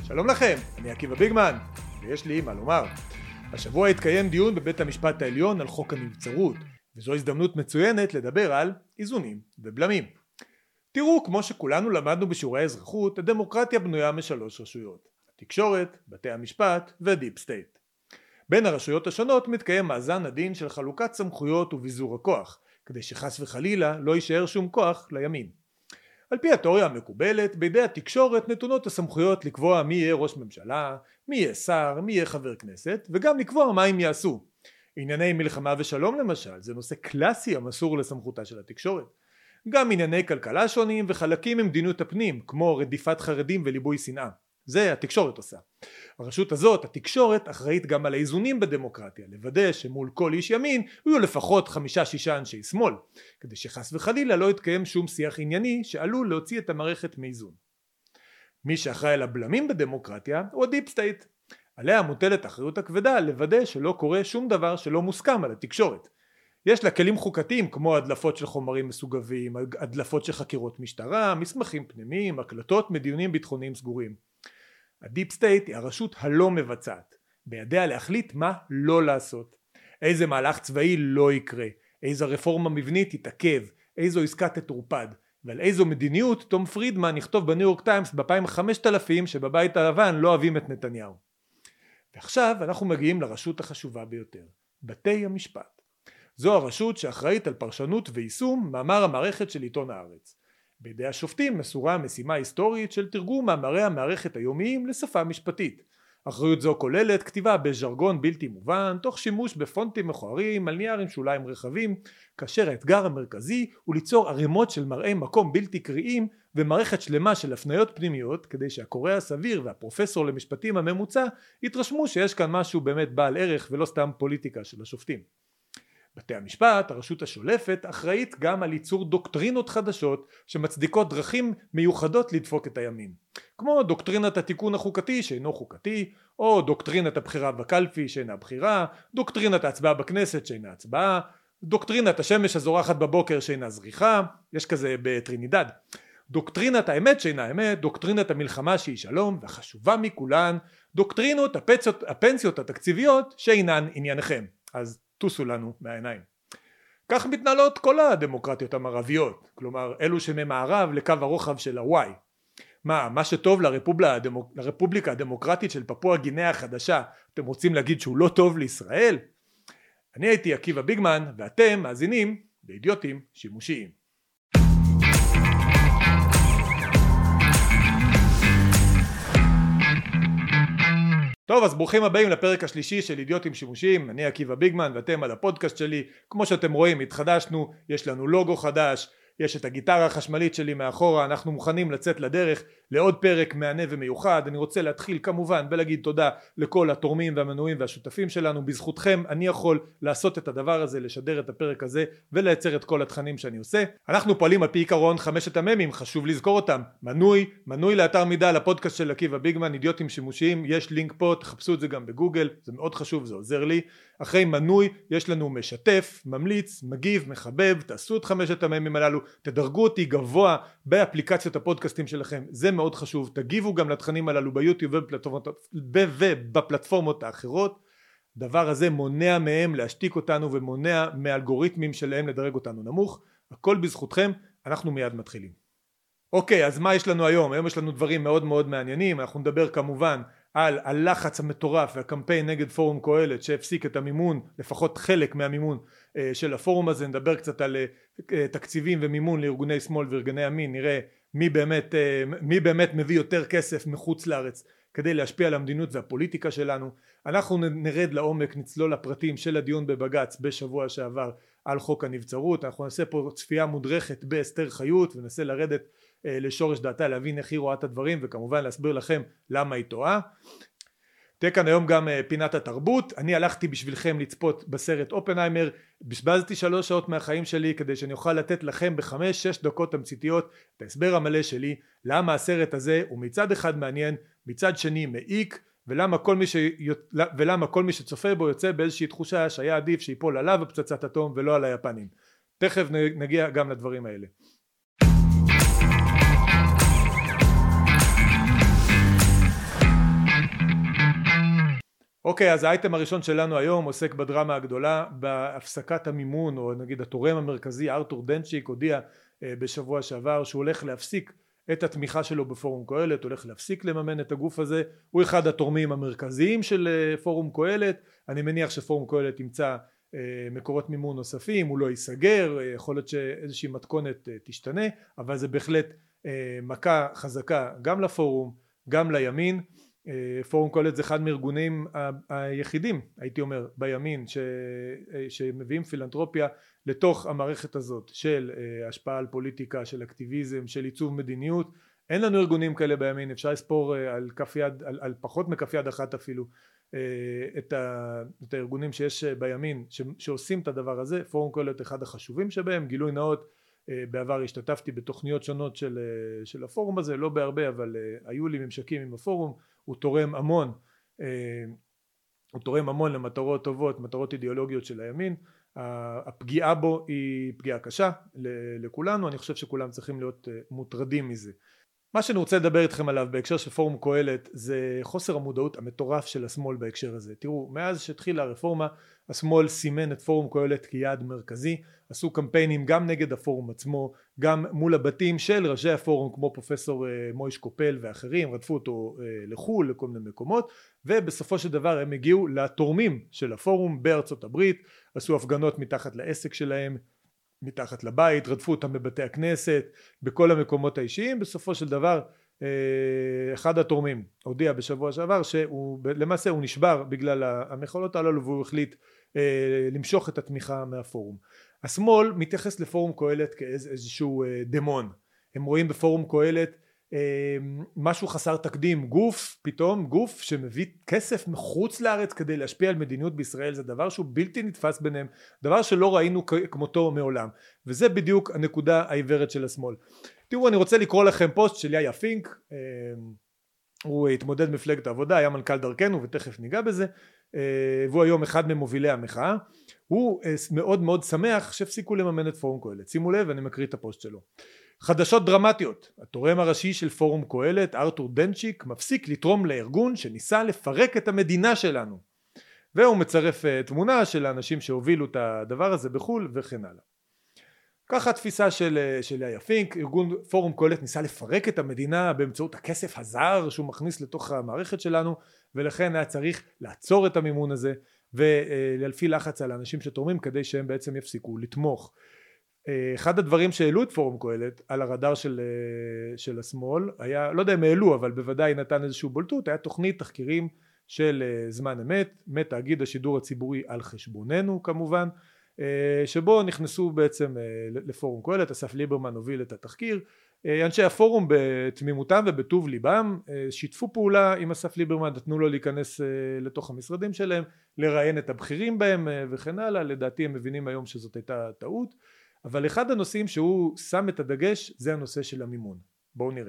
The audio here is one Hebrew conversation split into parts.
שלום לכם, אני עקיבא ביגמן, ויש לי מה לומר. השבוע התקיים דיון בבית המשפט העליון על חוק הנבצרות, וזו הזדמנות מצוינת לדבר על איזונים ובלמים. תראו, כמו שכולנו למדנו בשיעורי האזרחות, הדמוקרטיה בנויה משלוש רשויות: התקשורת, בתי המשפט ודיפ סטייט. בין הרשויות השונות מתקיים מאזן עדין של חלוקת סמכויות וביזור הכוח, כדי שחס וחלילה לא יישאר שום כוח לימין. על פי התיאוריה המקובלת, בידי התקשורת נתונות הסמכויות לקבוע מי יהיה ראש ממשלה, מי יהיה שר, מי יהיה חבר כנסת, וגם לקבוע מה הם יעשו. ענייני מלחמה ושלום למשל, זה נושא קלאסי המסור לסמכותה של התקשורת. גם ענייני כלכלה שונים וחלקים ממדיניות הפנים, כמו רדיפת חרדים וליבוי שנאה. זה התקשורת עושה. הרשות הזאת, התקשורת, אחראית גם על האיזונים בדמוקרטיה, לוודא שמול כל איש ימין יהיו לפחות 5-6 אנשי שמאל, כדי שחס וחלילה לא יתקיים שום שיח ענייני שעלול להוציא את המערכת מאיזון. מי שאחראי על הבלמים בדמוקרטיה הוא הדיפ סטייט. עליה מוטלת אחריות הכבדה לוודא שלא קורה שום דבר שלא מוסכם על התקשורת. יש לה כלים חוקתיים כמו הדלפות של חומרים מסוגבים, הדלפות של חקירות משטרה, מסמכים פנימיים, הקלטות מדיונים ביטחוניים סגורים. הדיפ סטייט היא הרשות הלא מבצעת, בידיה להחליט מה לא לעשות, איזה מהלך צבאי לא יקרה, איזו רפורמה מבנית תתעכב, איזו עסקה תטורפד, ועל איזו מדיניות תום פרידמן יכתוב בניו יורק טיימס ב-2050 שבבית הלבן לא אוהבים את נתניהו. ועכשיו אנחנו מגיעים לרשות החשובה ביותר, בתי המשפט. זו הרשות שאחראית על פרשנות ויישום מאמר המערכת של עיתון הארץ. בידי השופטים מסורה משימה היסטורית של תרגום מאמרי המערכת היומיים לשפה משפטית. אחריות זו כוללת כתיבה בז'רגון בלתי מובן, תוך שימוש בפונטים מכוערים על נייר עם שוליים רחבים, כאשר האתגר המרכזי הוא ליצור ערימות של מראי מקום בלתי קריאים ומערכת שלמה של הפניות פנימיות, כדי שהקורא הסביר והפרופסור למשפטים הממוצע יתרשמו שיש כאן משהו באמת בעל ערך ולא סתם פוליטיקה של השופטים. בתי המשפט, הרשות השולפת, אחראית גם על ייצור דוקטרינות חדשות שמצדיקות דרכים מיוחדות לדפוק את הימין. כמו דוקטרינת התיקון החוקתי שאינו חוקתי, או דוקטרינת הבחירה בקלפי שאינה בחירה, דוקטרינת ההצבעה בכנסת שאינה הצבעה, דוקטרינת השמש הזורחת בבוקר שאינה זריחה, יש כזה בטרינידד, דוקטרינת האמת שאינה אמת, דוקטרינת המלחמה שהיא שלום, והחשובה מכולן, דוקטרינות הפנסיות התקציביות שאינן עניינכם. אז טוסו לנו מהעיניים. כך מתנהלות כל הדמוקרטיות המערביות, כלומר אלו שממערב לקו הרוחב של הוואי. מה שטוב לרפובליקה הדמוקרטית של פפואה גינאה החדשה, אתם רוצים להגיד שהוא לא טוב לישראל? אני הייתי עקיבא ביגמן, ואתם מאזינים לאידיוטים שימושיים. טוב, אז ברוכים הבאים לפרק השלישי של אידיוטים שימושיים. אני עקיבא ביגמן ואתם על הפודקאסט שלי. כמו שאתם רואים, התחדשנו, יש לנו לוגו חדש, יש את הגיטרה החשמלית שלי מאחורה, אנחנו מוכנים לצאת לדרך לעוד פרק מענה ומיוחד. אני רוצה להתחיל כמובן ולהגיד תודה לכל התורמים והמנויים והשותפים שלנו. בזכותכם אני יכול לעשות את הדבר הזה, לשדר את הפרק הזה ולייצר את כל התכנים שאני עושה. אנחנו פועלים על פי עיקרון 5 המ"מים, חשוב לזכור אותם: מנוי לאתר מידע לפודקאסט של עקיבא ביגמן, אידיוטים שימושיים, יש לינק פה, תחפשו את זה גם בגוגל, זה מאוד חשוב, זה עוזר לי. אחרי מנוי יש לנו משתף, ממליץ, מגיב, מחבב, תעשו את 5 המ"מים הללו, תדרגו אותי גבוה באפליקציות הפודקאסטים שלכם, זה מאוד חשוב. תגיבו גם לתכנים הללו ביוטיוב ובפלטפורמות האחרות. דבר הזה מונע מהם להשתיק אותנו ומונע מאלגוריתמים שלהם לדרג אותנו נמוך. הכל בזכותכם, אנחנו מיד מתחילים. אוקיי, אז מה יש לנו היום? היום יש לנו דברים מאוד מאוד מעניינים. אנחנו נדבר כמובן על הלחץ המטורף והקמפיין נגד פורום קהלת שהפסיק את המימון, לפחות חלק מהמימון של הפורום הזה. נדבר קצת על תקציבים ומימון לארגוני שמאל וארגוני ימין, נראה מי באמת מביא יותר כסף מחוץ לארץ כדי להשפיע על המדיניות והפוליטיקה שלנו. אנחנו נרד לעומק, נצלול לפרטים של הדיון בבג"ץ בשבוע שעבר על חוק הנבצרות. אנחנו נעשה פה צפייה מודרכת באסתר חיות וננסה לרדת לשורש דעתה, להבין איך היא רואה את הדברים וכמובן להסביר לכם למה היא טועה. תהיה כאן היום גם פינת התרבות. אני הלכתי בשבילכם לצפות בסרט אופנהיימר, בזבזתי 3 שעות מהחיים שלי כדי שאני אוכל לתת לכם ב5-6 דקות תמציתיות את ההסבר המלא שלי למה הסרט הזה הוא מצד אחד מעניין, מצד שני מעיק, ולמה כל מי שצופה בו יוצא באיזושהי תחושה שהיה עדיף שיפול עליו בפצצת אטום ולא על היפנים. תכף נגיע גם לדברים האלה. אוקיי, אז האייטם הראשון שלנו היום עוסק בדרמה הגדולה, בהפסקת המימון, או נגיד התורם המרכזי ארתור דנצ'יק הודיע בשבוע שעבר שהוא הולך להפסיק את התמיכה שלו בפורום קהלת, הולך להפסיק לממן את הגוף הזה. הוא אחד התורמים המרכזיים של פורום קהלת. אני מניח שפורום קהלת ימצא מקורות מימון נוספים, הוא לא ייסגר, יכול להיות שאיזושהי מתכונת תשתנה, אבל זה בהחלט מכה חזקה גם לפורום, גם לימין. פורום קהלת זה אחד מארגונים היחידים, הייתי אומר, בימין שמביאים פילנתרופיה לתוך המערכת הזאת של השפעה על פוליטיקה, של אקטיביזם, של עיצוב מדיניות. אין לנו ארגונים כאלה בימין, אפשר לספור על כף יד, על פחות מכף יד אחת אפילו, את הארגונים שיש בימין שעושים את הדבר הזה. פורום קהלת אחד החשובים שבהם. גילוי נאות, בעבר השתתפתי בתוכניות שונות של הפורום הזה, לא בהרבה, אבל היו לי ממשקים עם הפורום. הוא תורם המון למטרות טובות, מטרות אידיאולוגיות של הימין. הפגיעה בו היא פגיעה קשה לכולנו, אני חושב שכולם צריכים להיות מוטרדים מזה. מה שאני רוצה לדבר איתכם עליו בהקשר של פורום קהלת זה חוסר המודעות המטורף של השמאל בהקשר הזה. תראו, מאז שהתחילה הרפורמה השמאל סימן את פורום קהלת כיעד מרכזי, עשו קמפיינים גם נגד הפורום עצמו, גם מול הבתים של ראשי הפורום כמו פרופסור מויש קופל ואחרים, רדפו אותו לחול לכל מיני מקומות, ובסופו של דבר הם הגיעו לתורמים של הפורום בארצות הברית, עשו הפגנות מתחת לעסק שלהם, מתחת לבית, רדפו אותם בבתי הכנסת, בכל המקומות האישיים. בסופו של דבר אחד התורמים הודיע בשבוע שעבר שלמעשה הוא נשבר בגלל המחאות הללו, והוא החליט למשוך את התמיכה מהפורום. השמאל מתייחס לפורום קהלת כאיזשהו דמון, הם רואים בפורום קהלת משהו חסר תקדים, גוף שמביא כסף מחוץ לארץ כדי להשפיע על מדיניות בישראל. זה דבר שהוא בלתי נתפס ביניהם, דבר שלא ראינו כמותו מעולם, וזה בדיוק הנקודה העיוורת של השמאל. תראו, אני רוצה לקרוא לכם פוסט של יאיה פינק, הוא התמודד מפלגת העבודה, היה מנכ"ל דרכנו ותכף ניגע בזה, והוא היום אחד ממובילי המחאה. הוא מאוד מאוד שמח שהפסיקו לממן את פורום קהלת. שימו לב, אני מקריא את הפוסט שלו. חדשות דרמטיות, התורם הראשי של פורום קהלת ארתור דנצ'יק מפסיק לתרום לארגון שניסה לפרק את המדינה שלנו, והוא מצרף תמונה של האנשים שהובילו את הדבר הזה בחול וכן הלאה. ככה התפיסה של יאיה פינק, ארגון פורום קהלת ניסה לפרק את המדינה באמצעות הכסף הזר שהוא מכניס לתוך המערכת שלנו, ולכן היה צריך לעצור את המימון הזה ולהפעיל לחץ על האנשים שתורמים כדי שהם בעצם יפסיקו לתמוך. אחד הדברים שהעלו את פורום קהלת על הרדאר של השמאל היה, לא יודע אם העלו, אבל בוודאי נתן איזשהו בולטות, היה תוכנית תחקירים של זמן אמת מתאגיד השידור הציבורי על חשבוננו כמובן, שבו נכנסו בעצם לפורום קהלת. אסף ליברמן הוביל את התחקיר. אנשי הפורום בתמימותם ובטוב ליבם שיתפו פעולה עם אסף ליברמן, נתנו לו להיכנס לתוך המשרדים שלהם, לראיין את הבכירים בהם וכן הלאה. לדעתי הם מבינים היום שזאת הייתה טעות, אבל אחד הנושאים שהוא שם את הדגש זה הנושא של המימון. בואו נראה.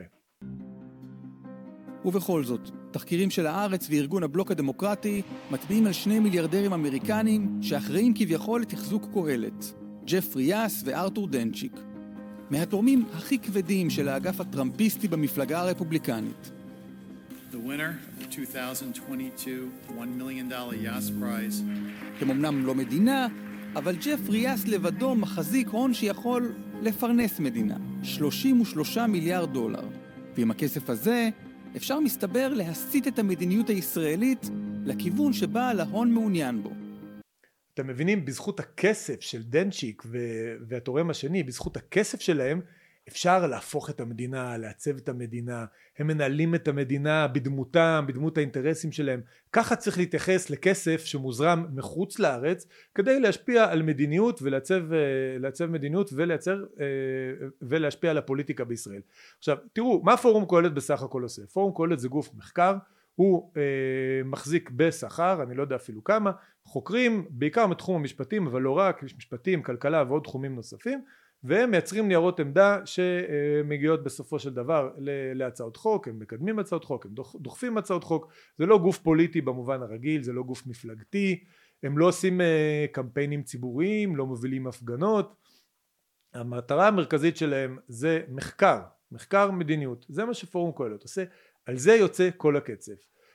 ובכל זאת, תחקירים של הארץ וארגון הבלוק הדמוקרטי מצביעים על 2 מיליארדרים אמריקנים שאחראים כביכול לתחזוק קהלת, ג'פרי יאס וארתור דנצ'יק, מהתורמים הכי כבדים של האגף הטראמפיסטי במפלגה הרפובליקנית. The winner of the 2022 $1 million Yas Prize. הם אמנם לא מדינה, אבל ג'פרי יאס לבדו מחזיק הון שיכול לפרנס מדינה, $33 מיליארד. ועם הכסף הזה אפשר מסתבר להסיט את המדיניות הישראלית לכיוון שבעל ההון מעוניין בו. אתם מבינים, בזכות הכסף של דנצ'יק והתורם השני, בזכות הכסף שלהם אפשר להפוך את המדינה, לעצב את המדינה. הם מנהלים את המדינה בדמותם, בדמות האינטרסים שלהם. ככה צריך להתייחס לכסף שמוזרם מחוץ לארץ כדי להשפיע על מדיניות ולעצב מדיניות ולהשפיע על הפוליטיקה בישראל. עכשיו תראו מה פורום קהלת בסך הכל עושה. פורום קהלת זה גוף מחקר, הוא מחזיק בשכר, אני לא יודע אפילו כמה, חוקרים בעיקר מתחום המשפטים, אבל לא רק, יש משפטים, כלכלה ועוד תחומים נוספים, והם מייצרים ניירות עמדה שמגיעות בסופו של דבר להצעות חוק. הם מקדמים הצעות חוק, הם דוחפים הצעות חוק. זה לא גוף פוליטי במובן הרגיל, זה לא גוף מפלגתי, הם לא עושים קמפיינים ציבוריים, לא מובילים הפגנות. המטרה המרכזית שלהם זה מחקר מדיניות, זה מה שפורום קהלת עושה, על זה יוצא כל הקצף.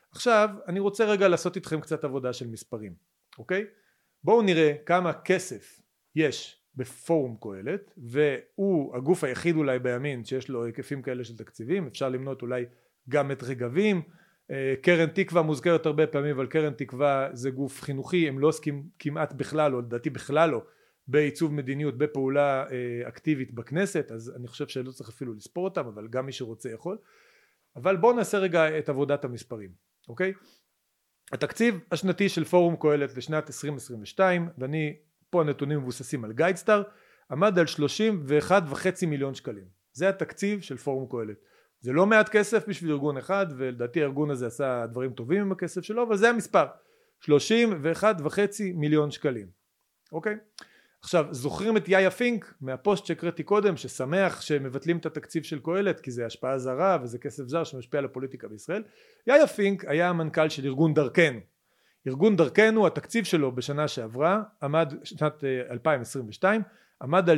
עכשיו אני רוצה רגע לעשות איתכם קצת עבודה של מספרים, אוקיי? בואו נראה כמה כסף יש בפורום קהלת, והוא הגוף היחיד אולי בימין שיש לו היקפים כאלה של תקציבים. אפשר למנות אולי גם את רגבים, קרן תקווה מוזכרת הרבה פעמים, אבל קרן תקווה זה גוף חינוכי, הם לא עוסקים כמעט בכלל, או לדעתי בכלל לא, בעיצוב מדיניות, בפעולה אקטיבית בכנסת, אז אני חושב שלא צריך אפילו לספור אותם, אבל גם מי שרוצה יכול. אבל בואו נעשה רגע את עבודת המספרים, אוקיי? התקציב השנתי של פורום קהלת לשנת 2022, ואני פה הנתונים מבוססים על גיידסטאר, עמד על 31.5 מיליון שקלים. זה התקציב של פורום קהלת. זה לא מעט כסף בשביל ארגון אחד, ולדעתי הארגון הזה עשה דברים טובים עם הכסף שלו, אבל זה המספר, 31.5 מיליון שקלים. אוקיי? עכשיו, זוכרים את יאיה פינק מהפוסט שהקראתי קודם, ששמח שמבטלים את התקציב של קהלת, כי זה השפעה זרה וזה כסף זר שמשפיע על הפוליטיקה בישראל. יאיה פינק היה המנכ"ל של ארגון דרכנו. ארגון דרכנו, התקציב שלו בשנה שעברה, עמד, שנת 2022, עמד על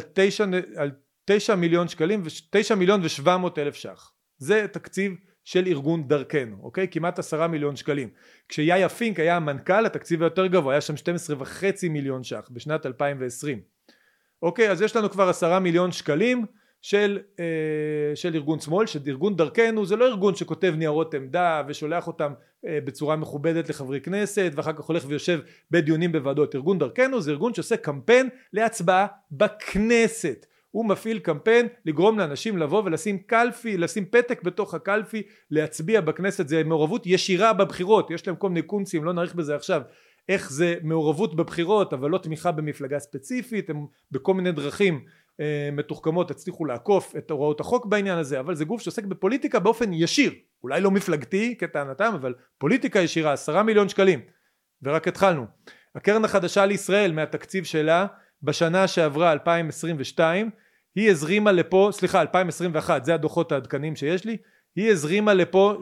9 מיליון שקלים, 9 מיליון ו700 אלף ש"ח. זה תקציב של ארגון דרכנו, אוקיי? כמעט 10 מיליון שקלים. כשיאיה פינק היה המנכ"ל, התקציב היותר גבוה, היה שם 12.5 מיליון ש"ח בשנת 2020. אוקיי, אז יש לנו כבר 10 מיליון שקלים של ארגון שמאל, שארגון דרכנו זה לא ארגון שכותב ניירות עמדה ושולח אותם בצורה מכובדת לחברי כנסת ואחר כך הולך ויושב בדיונים בוועדות. ארגון דרכנו זה ארגון שעושה קמפיין להצבעה בכנסת. הוא מפעיל קמפיין לגרום לאנשים לבוא ולשים קלפי, לשים פתק בתוך הקלפי, להצביע בכנסת. זה מעורבות ישירה בבחירות. יש להם כל מיני קונצים, לא נעריך בזה עכשיו, איך זה מעורבות בבחירות, אבל לא תמיכה במפלגה ספציפית. הם בכל מיני דרכים מתוחכמות הצליחו לעקוף את הוראות החוק בעניין הזה, אבל זה גוף שעוסק בפוליטיקה באופן ישיר, אולי לא מפלגתי כטענתם, אבל פוליטיקה ישירה. 10 מיליון שקלים, ורק התחלנו. הקרן החדשה לישראל מהתקציב שלה בשנה שעברה 2022, היא הזרימה לפה, 2021, זה הדוחות העדכניים שיש לי, היא הזרימה לפה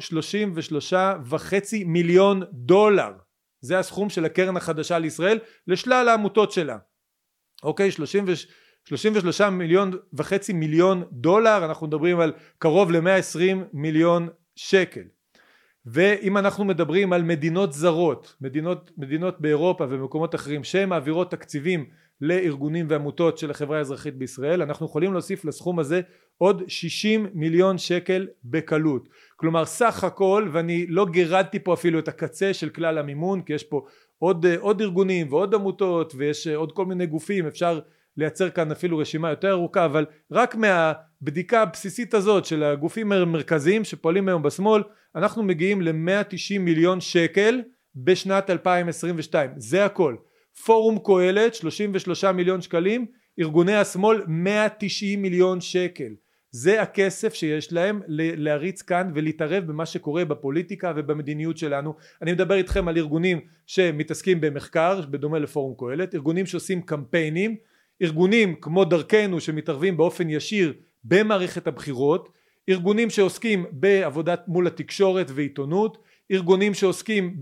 33.5 מיליון דולר. זה הסכום של הקרן החדשה לישראל לשלל העמותות שלה. אוקיי, 33.5 מיליון דולר, אנחנו מדברים על קרוב ל-120 מיליון שקל. ואם אנחנו מדברים על מדינות זרות, מדינות באירופה ומקומות אחרים שהן מעבירות תקציבים לארגונים ועמותות של החברה האזרחית בישראל, אנחנו יכולים להוסיף לסכום הזה עוד 60 מיליון שקל בקלות. כלומר סך הכל, ואני לא גירדתי פה אפילו את הקצה של כלל המימון, כי יש פה עוד ארגונים ועוד עמותות ויש עוד כל מיני גופים, אפשר לייצר כאן אפילו רשימה יותר ארוכה, אבל רק מהבדיקה הבסיסית הזאת של הגופים המרכזיים שפועלים היום בשמאל, אנחנו מגיעים ל-190 מיליון שקל בשנת 2022. זה הכל. פורום קהלת 33 מיליון שקלים, ארגוני השמאל 190 מיליון שקל. זה הכסף שיש להם להריץ כאן ולהתערב במה שקורה בפוליטיקה ובמדיניות שלנו. אני מדבר איתכם על ארגונים שמתעסקים במחקר בדומה לפורום קהלת, ארגונים שעושים קמפיינים, ארגונים כמו דרכנו שמתערבים באופן ישיר במערכת הבחירות, ארגונים שעוסקים בעבודת מול התקשורת ועיתונות, ארגונים שעוסקים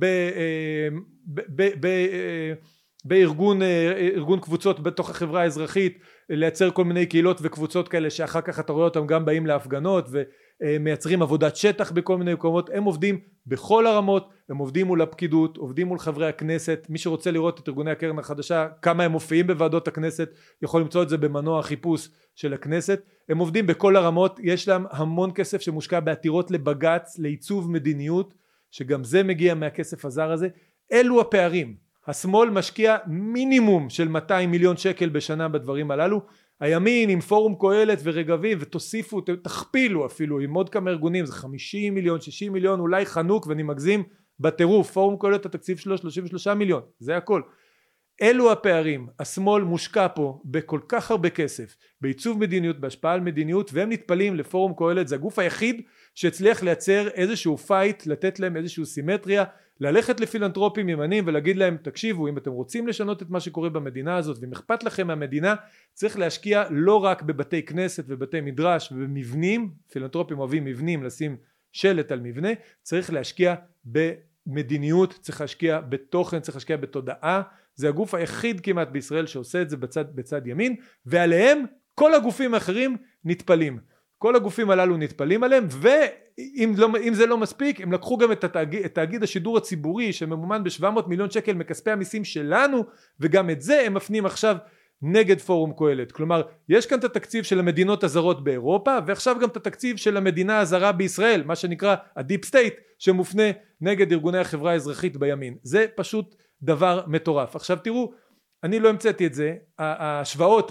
בארגון קבוצות בתוך החברה האזרחית, לייצר כל מיני קהילות וקבוצות כאלה שאחר כך אתה רואה אותם גם באים להפגנות ומייצרים עבודת שטח בכל מיני מקומות. הם עובדים בכל הרמות, הם עובדים מול הפקידות, עובדים מול חברי הכנסת. מי שרוצה לראות את ארגוני הקרן החדשה, כמה הם מופיעים בוועדות הכנסת, יכול למצוא את זה במנוע החיפוש של הכנסת. הם עובדים בכל הרמות, יש להם המון כסף שמושקע בעתירות לבגץ, לעיצוב מדיניות, שגם זה מגיע מהכסף הזר הזה. אלו הפערים. השמאל משקיע מינימום של 200 מיליון שקל בשנה בדברים הללו, הימין עם פורום קהלת ורגבים, ותוסיפו, תכפילו אפילו עם עוד כמה ארגונים, זה 50 מיליון, 60 מיליון, אולי חנוק ואני מגזים בטירוף, פורום קהלת התקציב שלו 33 מיליון, זה הכל. אלו הפערים. השמאל מושקע פה בכל כך הרבה כסף, בעיצוב מדיניות, בהשפעה על מדיניות, והם נטפלים לפורום קהלת, זה הגוף היחיד שהצליח לייצר איזשהו פייט, לתת להם איזשהו סימטריה, ללכת לפילנטרופים ימנים ולהגיד להם, תקשיבו, אם אתם רוצים לשנות את מה שקורה במדינה הזאת, ואם אכפת לכם מהמדינה, צריך להשקיע לא רק בבתי כנסת ובתי מדרש ובמבנים, פילנטרופים אוהבים מבנים, לשים שלט על מבנה, צריך להשקיע במדיניות, צריך להשקיע בתוכן, צריך להשקיע בתודעה. זה הגוף היחיד כמעט בישראל שעושה את זה בצד ימין, ועליהם כל הגופים האחרים נטפלים. כל הגופים הללו נטפלים עליהם, ואם זה לא מספיק, הם לקחו גם את תאגיד השידור הציבורי שממומן ב-700 מיליון שקל מכספי המיסים שלנו, וגם את זה הם מפנים עכשיו נגד פורום קהלת. כלומר, יש כאן את התקציב של המדינות הזרות באירופה, ועכשיו גם את התקציב של המדינה הזרה בישראל, מה שנקרא הדיפ סטייט, שמופנה נגד ארגוני החברה האזרחית בימין. זה פשוט דבר מטורף. עכשיו תראו, אני לא המצאתי את זה, ההשוואות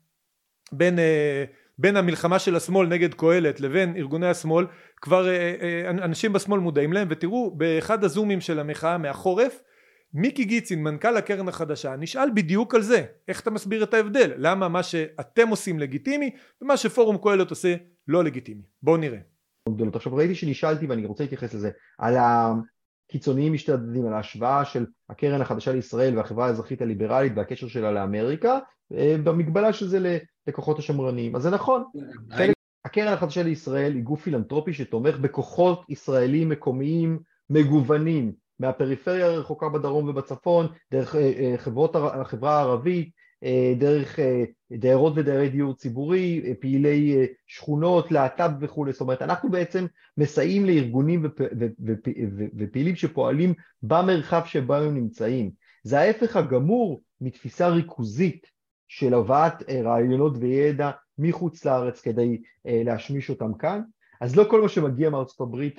בין המלחמה של השמאל נגד קהלת לבין ארגוני השמאל, כבר אנשים בשמאל מודעים להם, ותראו באחד הזומים של המחאה מהחורף, מיקי גיצין, מנכ"ל הקרן החדשה, נשאל בדיוק על זה, איך אתה מסביר את ההבדל, למה מה שאתם עושים לגיטימי, ומה שפורום קהלת עושה לא לגיטימי. בואו נראה. עכשיו ראיתי שנשאלתי, ואני רוצה להתייחס לזה, על הקיצוניים משתדדים, על ההשוואה של הקרן החדשה לישראל והחברה האזרחית הליברלית והקשר שלה לאמריקה, במגבלה של זה לכוחות השמרניים. אז זה נכון, הקרן החדשה לישראל היא גוף פילנטרופי שתומך בכוחות ישראלים מקומיים מגוונים, מהפריפריה הרחוקה בדרום ובצפון, דרך החברה הערבית, דרך דיירות ודיירי דיור ציבורי, פעילי שכונות, להט"ב וכו'. זאת אומרת, אנחנו בעצם מסייעים לארגונים ופעילים שפועלים במרחב שבו הם נמצאים. זה ההפך הגמור מתפיסה ריכוזית של הבאת רעיונות וידע מחוץ לארץ כדי להשמיש אותם כאן. אז לא כל מה שמגיע מארצות הברית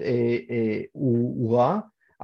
הוא רע,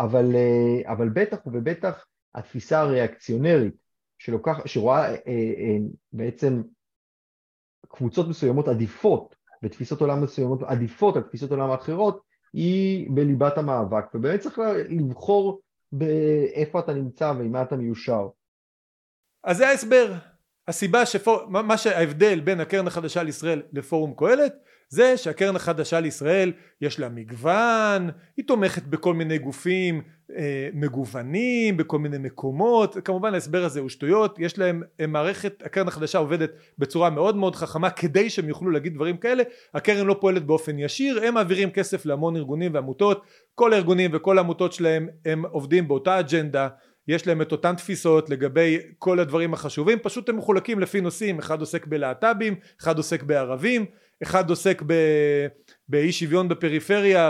אבל בטח ובטח התפיסה הריאקציונרית שרואה בעצם קבוצות מסוימות עדיפות ותפיסות עולם מסוימות עדיפות על תפיסות עולם האחרות, היא בליבת המאבק, ובאמת צריך לבחור באיפה אתה נמצא ועמה אתה מיושר. אז זה ההסבר. הסיבה מה שההבדל בין הקרן החדשה לישראל לפורום קהלת, זה שהקרן החדשה לישראל יש לה מגוון, היא תומכת בכל מיני גופים מגוונים, בכל מיני מקומות. כמובן ההסבר הזה הוא שטויות, יש להם מערכת, הקרן החדשה עובדת בצורה מאוד מאוד חכמה כדי שהם יוכלו להגיד דברים כאלה. הקרן לא פועלת באופן ישיר, הם מעבירים כסף להמון ארגונים ועמותות, כל הארגונים וכל העמותות שלהם הם עובדים באותה אג'נדה, יש להם את אותן תפיסות לגבי כל הדברים החשובים, פשוט הם מחולקים לפי נושאים, אחד עוסק בלהט"בים, אחד עוסק בערבים, אחד עוסק באי שוויון בפריפריה,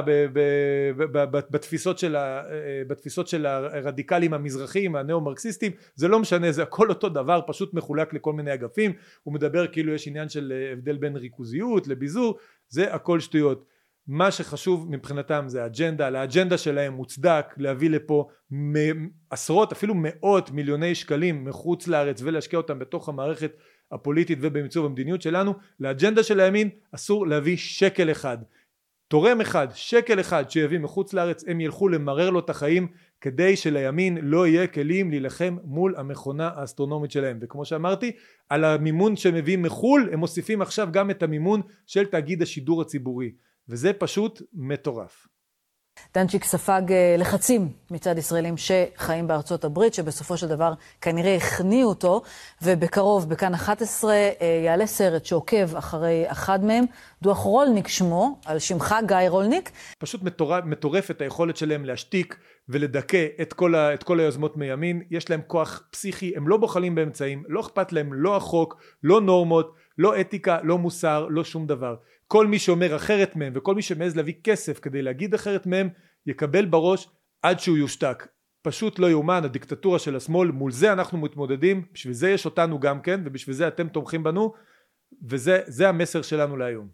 בתפיסות של הרדיקלים המזרחיים, הנאו-מרקסיסטים, זה לא משנה, זה הכל אותו דבר, פשוט מחולק לכל מיני אגפים. הוא מדבר כאילו יש עניין של הבדל בין ריכוזיות לביזור, זה הכל שטויות. מה שחשוב מבחינתם זה האג'נדה, לאג'נדה שלהם מוצדק להביא לפה עשרות אפילו מאות מיליוני שקלים מחוץ לארץ ולהשקיע אותם בתוך המערכת הפוליטית ובמיצוב המדיניות שלנו. לאג'נדה של הימין אסור להביא שקל אחד, תורם אחד, שקל אחד שיביא מחוץ לארץ, הם ילכו למרר לו את החיים כדי שלימין לא יהיה כלים להילחם מול המכונה האסטרונומית שלהם. וכמו שאמרתי, על המימון שמביאים מחול הם מוסיפים עכשיו גם את המימון של תאגיד השידור הציבורי, וזה פשוט מטורף. דנצ'יק ספג לחצים מצד ישראלים שחיים בארצות הברית, שבסופו של דבר כנראה הכניעו אותו, ובקרוב בכאן 11 יעלה סרט שעוקב אחרי אחד מהם, דוח רולניק שמו, על שמך גיא רולניק. פשוט מטורפת היכולת שלהם להשתיק ולדכא את כל היוזמות מימין. יש להם כוח פסיכי, הם לא בוחלים באמצעים, לא אכפת להם לא החוק, לא נורמות, לא אתיקה, לא מוסר, לא שום דבר. כל מי שאומר אחרת מהם וכל מי שמעז להביא כסף כדי להגיד אחרת מהם יקבל בראש עד שהוא יושתק. פשוט לא יאומן, הדיקטטורה של השמאל, מול זה אנחנו מתמודדים, בשביל זה יש אותנו גם כן ובשביל זה אתם תומכים בנו, וזה המסר שלנו להיום.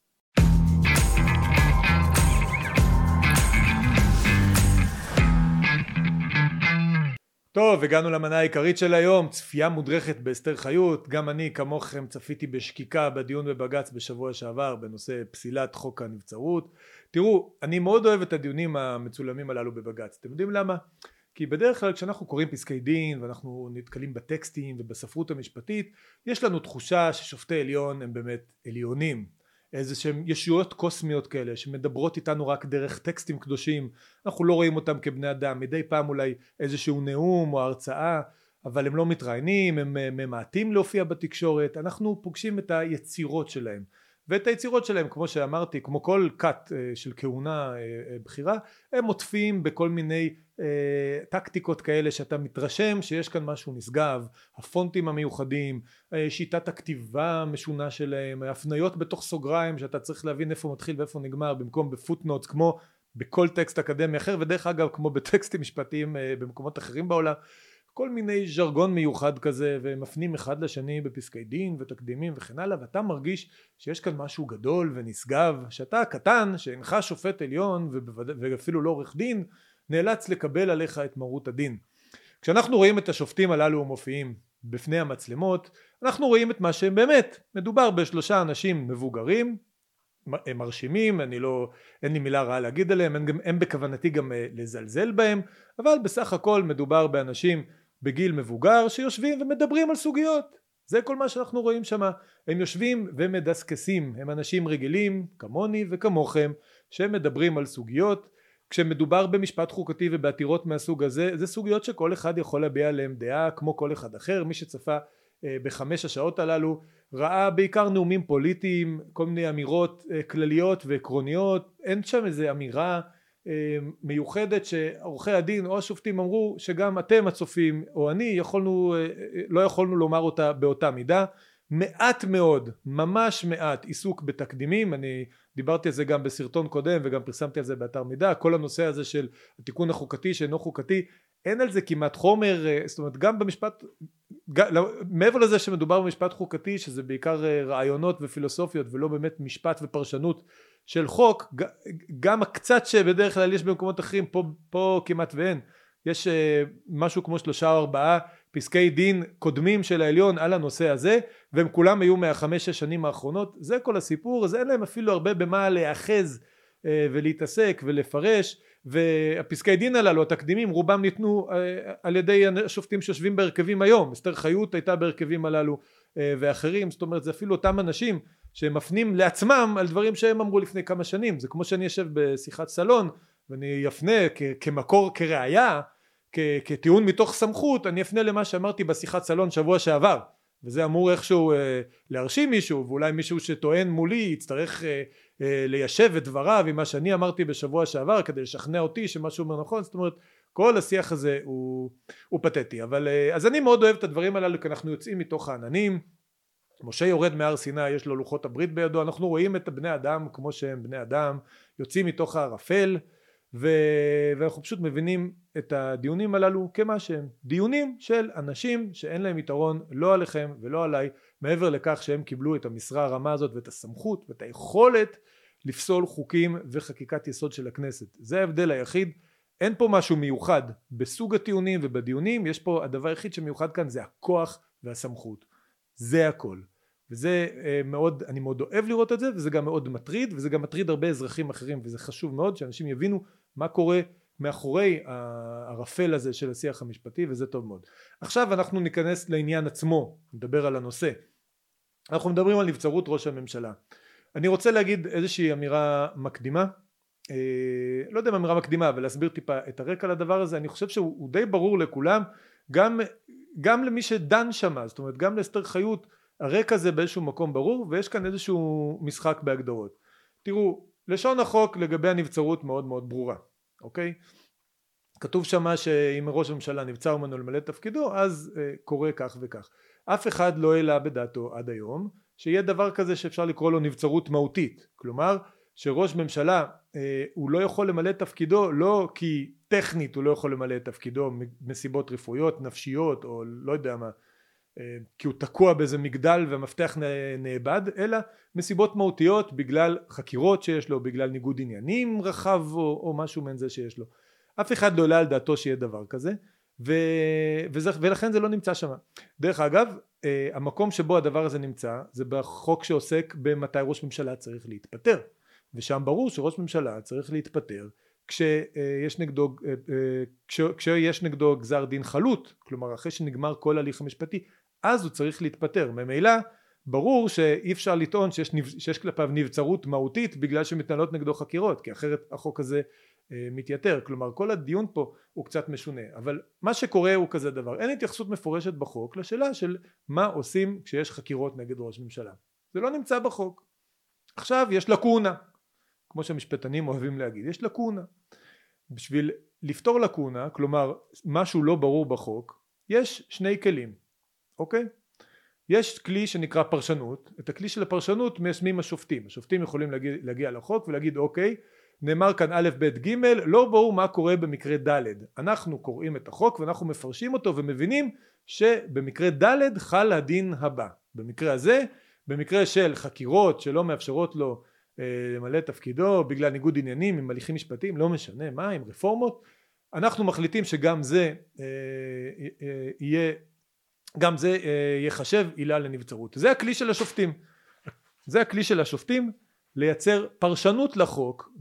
טוב, הגענו למנה העיקרית של היום, צפייה מודרכת באסתר חיות. גם אני כמוכם צפיתי בשקיקה בדיון בבג"ץ בשבוע שעבר בנושא פסילת חוק הנבצרות. תראו, אני מאוד אוהב את הדיונים המצולמים הללו בבג"ץ. אתם יודעים למה? כי בדרך כלל כשאנחנו קוראים פסקי דין ואנחנו נתקלים בטקסטים ובספרות המשפטית, יש לנו תחושה ששופטי עליון הם באמת עליונים, איזה שהם ישויות קוסמיות כאלה שמדברות איתנו רק דרך טקסטים קדושים. אנחנו לא רואים אותם כבני אדם, מדי פעם אולי איזשהו נאום או הרצאה, אבל הם לא מתראיינים, הם ממעטים להופיע בתקשורת, אנחנו פוגשים את היצירות שלהם. ואת היצירות שלהם, כמו שאמרתי, כמו כל קאט של כהונה בחירה, הם מוטפים בכל מיני טקטיקות כאלה שאתה מתרשם שיש כאן משהו נשגב, הפונטים המיוחדים, שיטת הכתיבה המשונה שלהם, ההפניות בתוך סוגריים שאתה צריך להבין איפה מתחיל ואיפה נגמר, במקום בפוטנוטס כמו בכל טקסט אקדמי אחר, ודרך אגב כמו בטקסטים משפטיים במקומות אחרים בעולם, כל מיני ז'רגון מיוחד כזה, ומפנים אחד לשני בפסקי דין ותקדימים וכן הלאה, ואתה מרגיש שיש כאן משהו גדול ונשגב, שאתה קטן, שאינך שופט עליון ואפילו לא עורך דין, נאלץ לקבל עליך את מרות הדין. כשאנחנו רואים את השופטים הללו מופיעים בפני המצלמות, אנחנו רואים את מה שהם באמת. מדובר בשלושה אנשים מבוגרים, הם מרשימים, אין לי מילה רעה להגיד עליהם, הם בכוונתי גם לזלזל בהם, אבל בסך הכל מדובר באנשים בגיל מבוגר שיושבים ומדברים על סוגיות. זה כל מה שאנחנו רואים שם. הם יושבים ומדסקסים, הם אנשים רגילים כמוני וכמוכם שמדברים על סוגיות. כשמדובר במשפט חוקתי ובעתירות מהסוג הזה, זה סוגיות שכל אחד יכול להביע עליהם דעה כמו כל אחד אחר. מי שצפה בחמש השעות הללו ראה בעיקר נאומים פוליטיים, כל מיני אמירות כלליות ועקרוניות. אין שם איזה אמירה מיוחדת שעורכי הדין או השופטים אמרו שגם אתם הצופים או אני לא יכולנו לומר אותה באותה מידה. מעט מאוד, ממש מעט עיסוק בתקדימים. אני דיברתי על זה גם בסרטון קודם וגם פרסמתי על זה באתר מידע. כל הנושא הזה של התיקון החוקתי שאינו חוקתי, אין על זה כמעט חומר. זאת אומרת, גם במשפט, מעבר לזה שמדובר במשפט חוקתי שזה בעיקר רעיונות ופילוסופיות ולא באמת משפט ופרשנות של חוק, גם הקצת שבדרך כלל יש במקומות אחרים, פה כמעט ואין. יש משהו כמו 3 או 4 פסקי דין קודמים של העליון על הנושא הזה, והם כולם היו מה5-6 שנים האחרונות. זה כל הסיפור. אז אין להם אפילו הרבה במה להאחז ולהתעסק ולפרש. והפסקי דין הללו, התקדימים, רובם ניתנו על ידי השופטים שיושבים בהרכבים היום. אסתר חיות הייתה בהרכבים הללו ואחרים. זאת אומרת, זה אפילו אותם אנשים שמפנים לעצמם על דברים שהם אמרו לפני כמה שנים. זה כמו שאני יושב בשיחת סלון ואני אפנה כמקור, כראיה, כטיעון מתוך סמכות, אני אפנה למה שאמרתי בשיחת סלון שבוע שעבר, וזה אמור איכשהו להרשים מישהו, ואולי מישהו שטוען מולי יצטרך ליישב את דבריו עם מה שאני אמרתי בשבוע שעבר כדי לשכנע אותי שמשהו אומר נכון. זאת אומרת, כל השיח הזה הוא פתטי. אבל אז אני מאוד אוהב את הדברים הללו, כי אנחנו יוצאים מתוך העננים. משה יורד מהר סיני, יש לו לוחות הברית בידו, אנחנו רואים את בני אדם כמו שהם בני אדם, יוצאים מתוך הערפל, ואנחנו פשוט מבינים את הדיונים הללו כמה שהם דיונים של אנשים שאין להם יתרון לא עליכם ולא עליי, מעבר לכך שהם קיבלו את המשרה הרמה הזאת ואת הסמכות ואת היכולת לפסול חוקים וחקיקת יסוד של הכנסת. זה ההבדל היחיד. אין פה משהו מיוחד בסוג הטיעונים ובדיונים, יש פה הדבר היחיד שמיוחד כאן זה הכוח והסמכות. זה הכל. וזה מאוד, אני מאוד אוהב לראות את זה, וזה גם מאוד מטריד, וזה גם מטריד הרבה אזרחים אחרים, וזה חשוב מאוד שאנשים יבינו מה קורה מאחורי הרפל הזה של השיח המשפטי, וזה טוב מאוד. עכשיו אנחנו ניכנס לעניין עצמו, נדבר על הנושא. אנחנו מדברים על נבצרות ראש הממשלה. אני רוצה להגיד איזושהי אמירה מקדימה, לא יודע אם אמירה מקדימה, אבל להסביר טיפה את הרקע לדבר הזה. אני חושב שהוא די ברור לכולם, גם למי שדן שמה, זאת אומרת גם לאסתר חיות, הרקע זה באיזשהו מקום ברור, ויש כאן איזשהו משחק בהגדרות. תראו, לשון החוק לגבי הנבצרות מאוד מאוד ברורה, אוקיי? כתוב שמה שאם ראש הממשלה נבצר ממנו למלא תפקידו, אז קורה כך וכך. אף אחד לא העלה בדעתו עד היום, שיהיה דבר כזה שאפשר לקרוא לו נבצרות מהותית. כלומר, שראש ממשלה הוא לא יכול למלא תפקידו, לא כי טכנית הוא לא יכול למלא את תפקידו מסיבות רפואיות, נפשיות, או לא יודע מה, כי הוא תקוע באיזה מגדל והמפתח נאבד, אלא מסיבות מהותיות בגלל חקירות שיש לו, בגלל ניגוד עניינים רחב או משהו מן זה שיש לו. אף אחד לא עולה על דעתו שיהיה דבר כזה, ולכן זה לא נמצא שם. דרך אגב, המקום שבו הדבר הזה נמצא זה בחוק שעוסק במתי ראש ממשלה צריך להתפטר, ושם ברור שראש ממשלה צריך להתפטר כשיש נגדו גזר דין חלוט, כלומר אחרי שנגמר כל הליך המשפטי, אז הוא צריך להתפטר. ממילא ברור שאי אפשר לטעון שיש כלפיו נבצרות מהותית בגלל שמתנהלות נגדו חקירות, כי אחרת החוק הזה מתייתר. כלומר כל הדיון פה הוא קצת משונה, אבל מה שקורה הוא כזה דבר, אין התייחסות מפורשת בחוק לשאלה של מה עושים כשיש חקירות נגד ראש ממשלה. זה לא נמצא בחוק. עכשיו יש לקונה, כמו שהמשפטנים אוהבים להגיד, יש לקונה. בשביל לפתור לקונה, כלומר משהו לא ברור בחוק, יש שני כלים, אוקיי? יש כלי שנקרא פרשנות, את הכלי של הפרשנות מיישמים השופטים. השופטים יכולים להגיע לחוק ולהגיד אוקיי, נאמר כאן א' ב' ג', לא ברור מה קורה במקרה ד'. אנחנו קוראים את החוק ואנחנו מפרשים אותו ומבינים שבמקרה ד' חל הדין הבא. במקרה הזה, במקרה של חקירות שלא מאפשרות לו למלא את תפקידו בגלל ניגוד עניינים עם הליכים משפטיים, לא משנה מה, עם רפורמות, אנחנו מחליטים שגם זה יחשב עילה לנבצרות. זה הכלי של השופטים. זה הכלי של השופטים לייצר פרשנות לחוק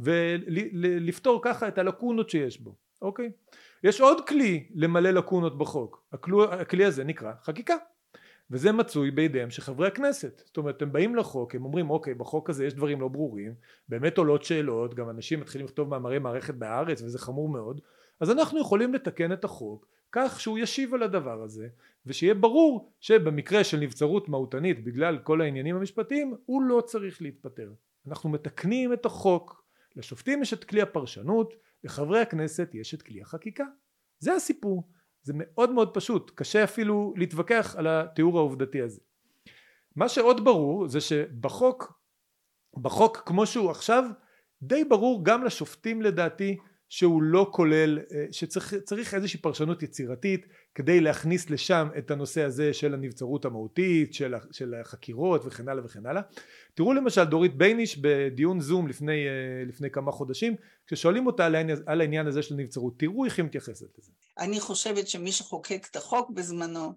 ולפתור ככה את הלקונות שיש בו. אוקיי? יש עוד כלי למלא לקונות בחוק. הכלי הזה נקרא חקיקה. וזה מצוי בידיהם של חברי הכנסת. זאת אומרת, הם באים לחוק, הם אומרים, אוקיי, בחוק הזה יש דברים לא ברורים, באמת עולות שאלות, גם אנשים מתחילים לכתוב מאמרי מערכת בארץ, וזה חמור מאוד, אז אנחנו יכולים לתקן את החוק, כך שהוא ישיב על הדבר הזה, ושיהיה ברור שבמקרה של נבצרות מהותנית, בגלל כל העניינים המשפטיים, הוא לא צריך להתפטר. אנחנו מתקנים את החוק, לשופטים יש את כלי הפרשנות, לחברי הכנסת יש את כלי החקיקה. זה הסיפור. זה מאוד מאוד פשוט, קשה אפילו להתווכח על התיאור העובדתי הזה. מה שעוד ברור זה שבחוק כמו שהוא עכשיו, די ברור גם לשופטים לדעתי שהוא לא כולל, שצריך איזושהי פרשנות יצירתית כדי להכניס לשם את הנושא הזה של הנבצרות המהותית, של החקירות וכן הלאה וכן הלאה. תראו למשל דורית בייניש בדיון זום לפני כמה חודשים, כששואלים אותה על העניין הזה של הנבצרות, תראו איך היא מתייחסת לזה. אני חושבת שמי שחוקק את החוק בזמנו,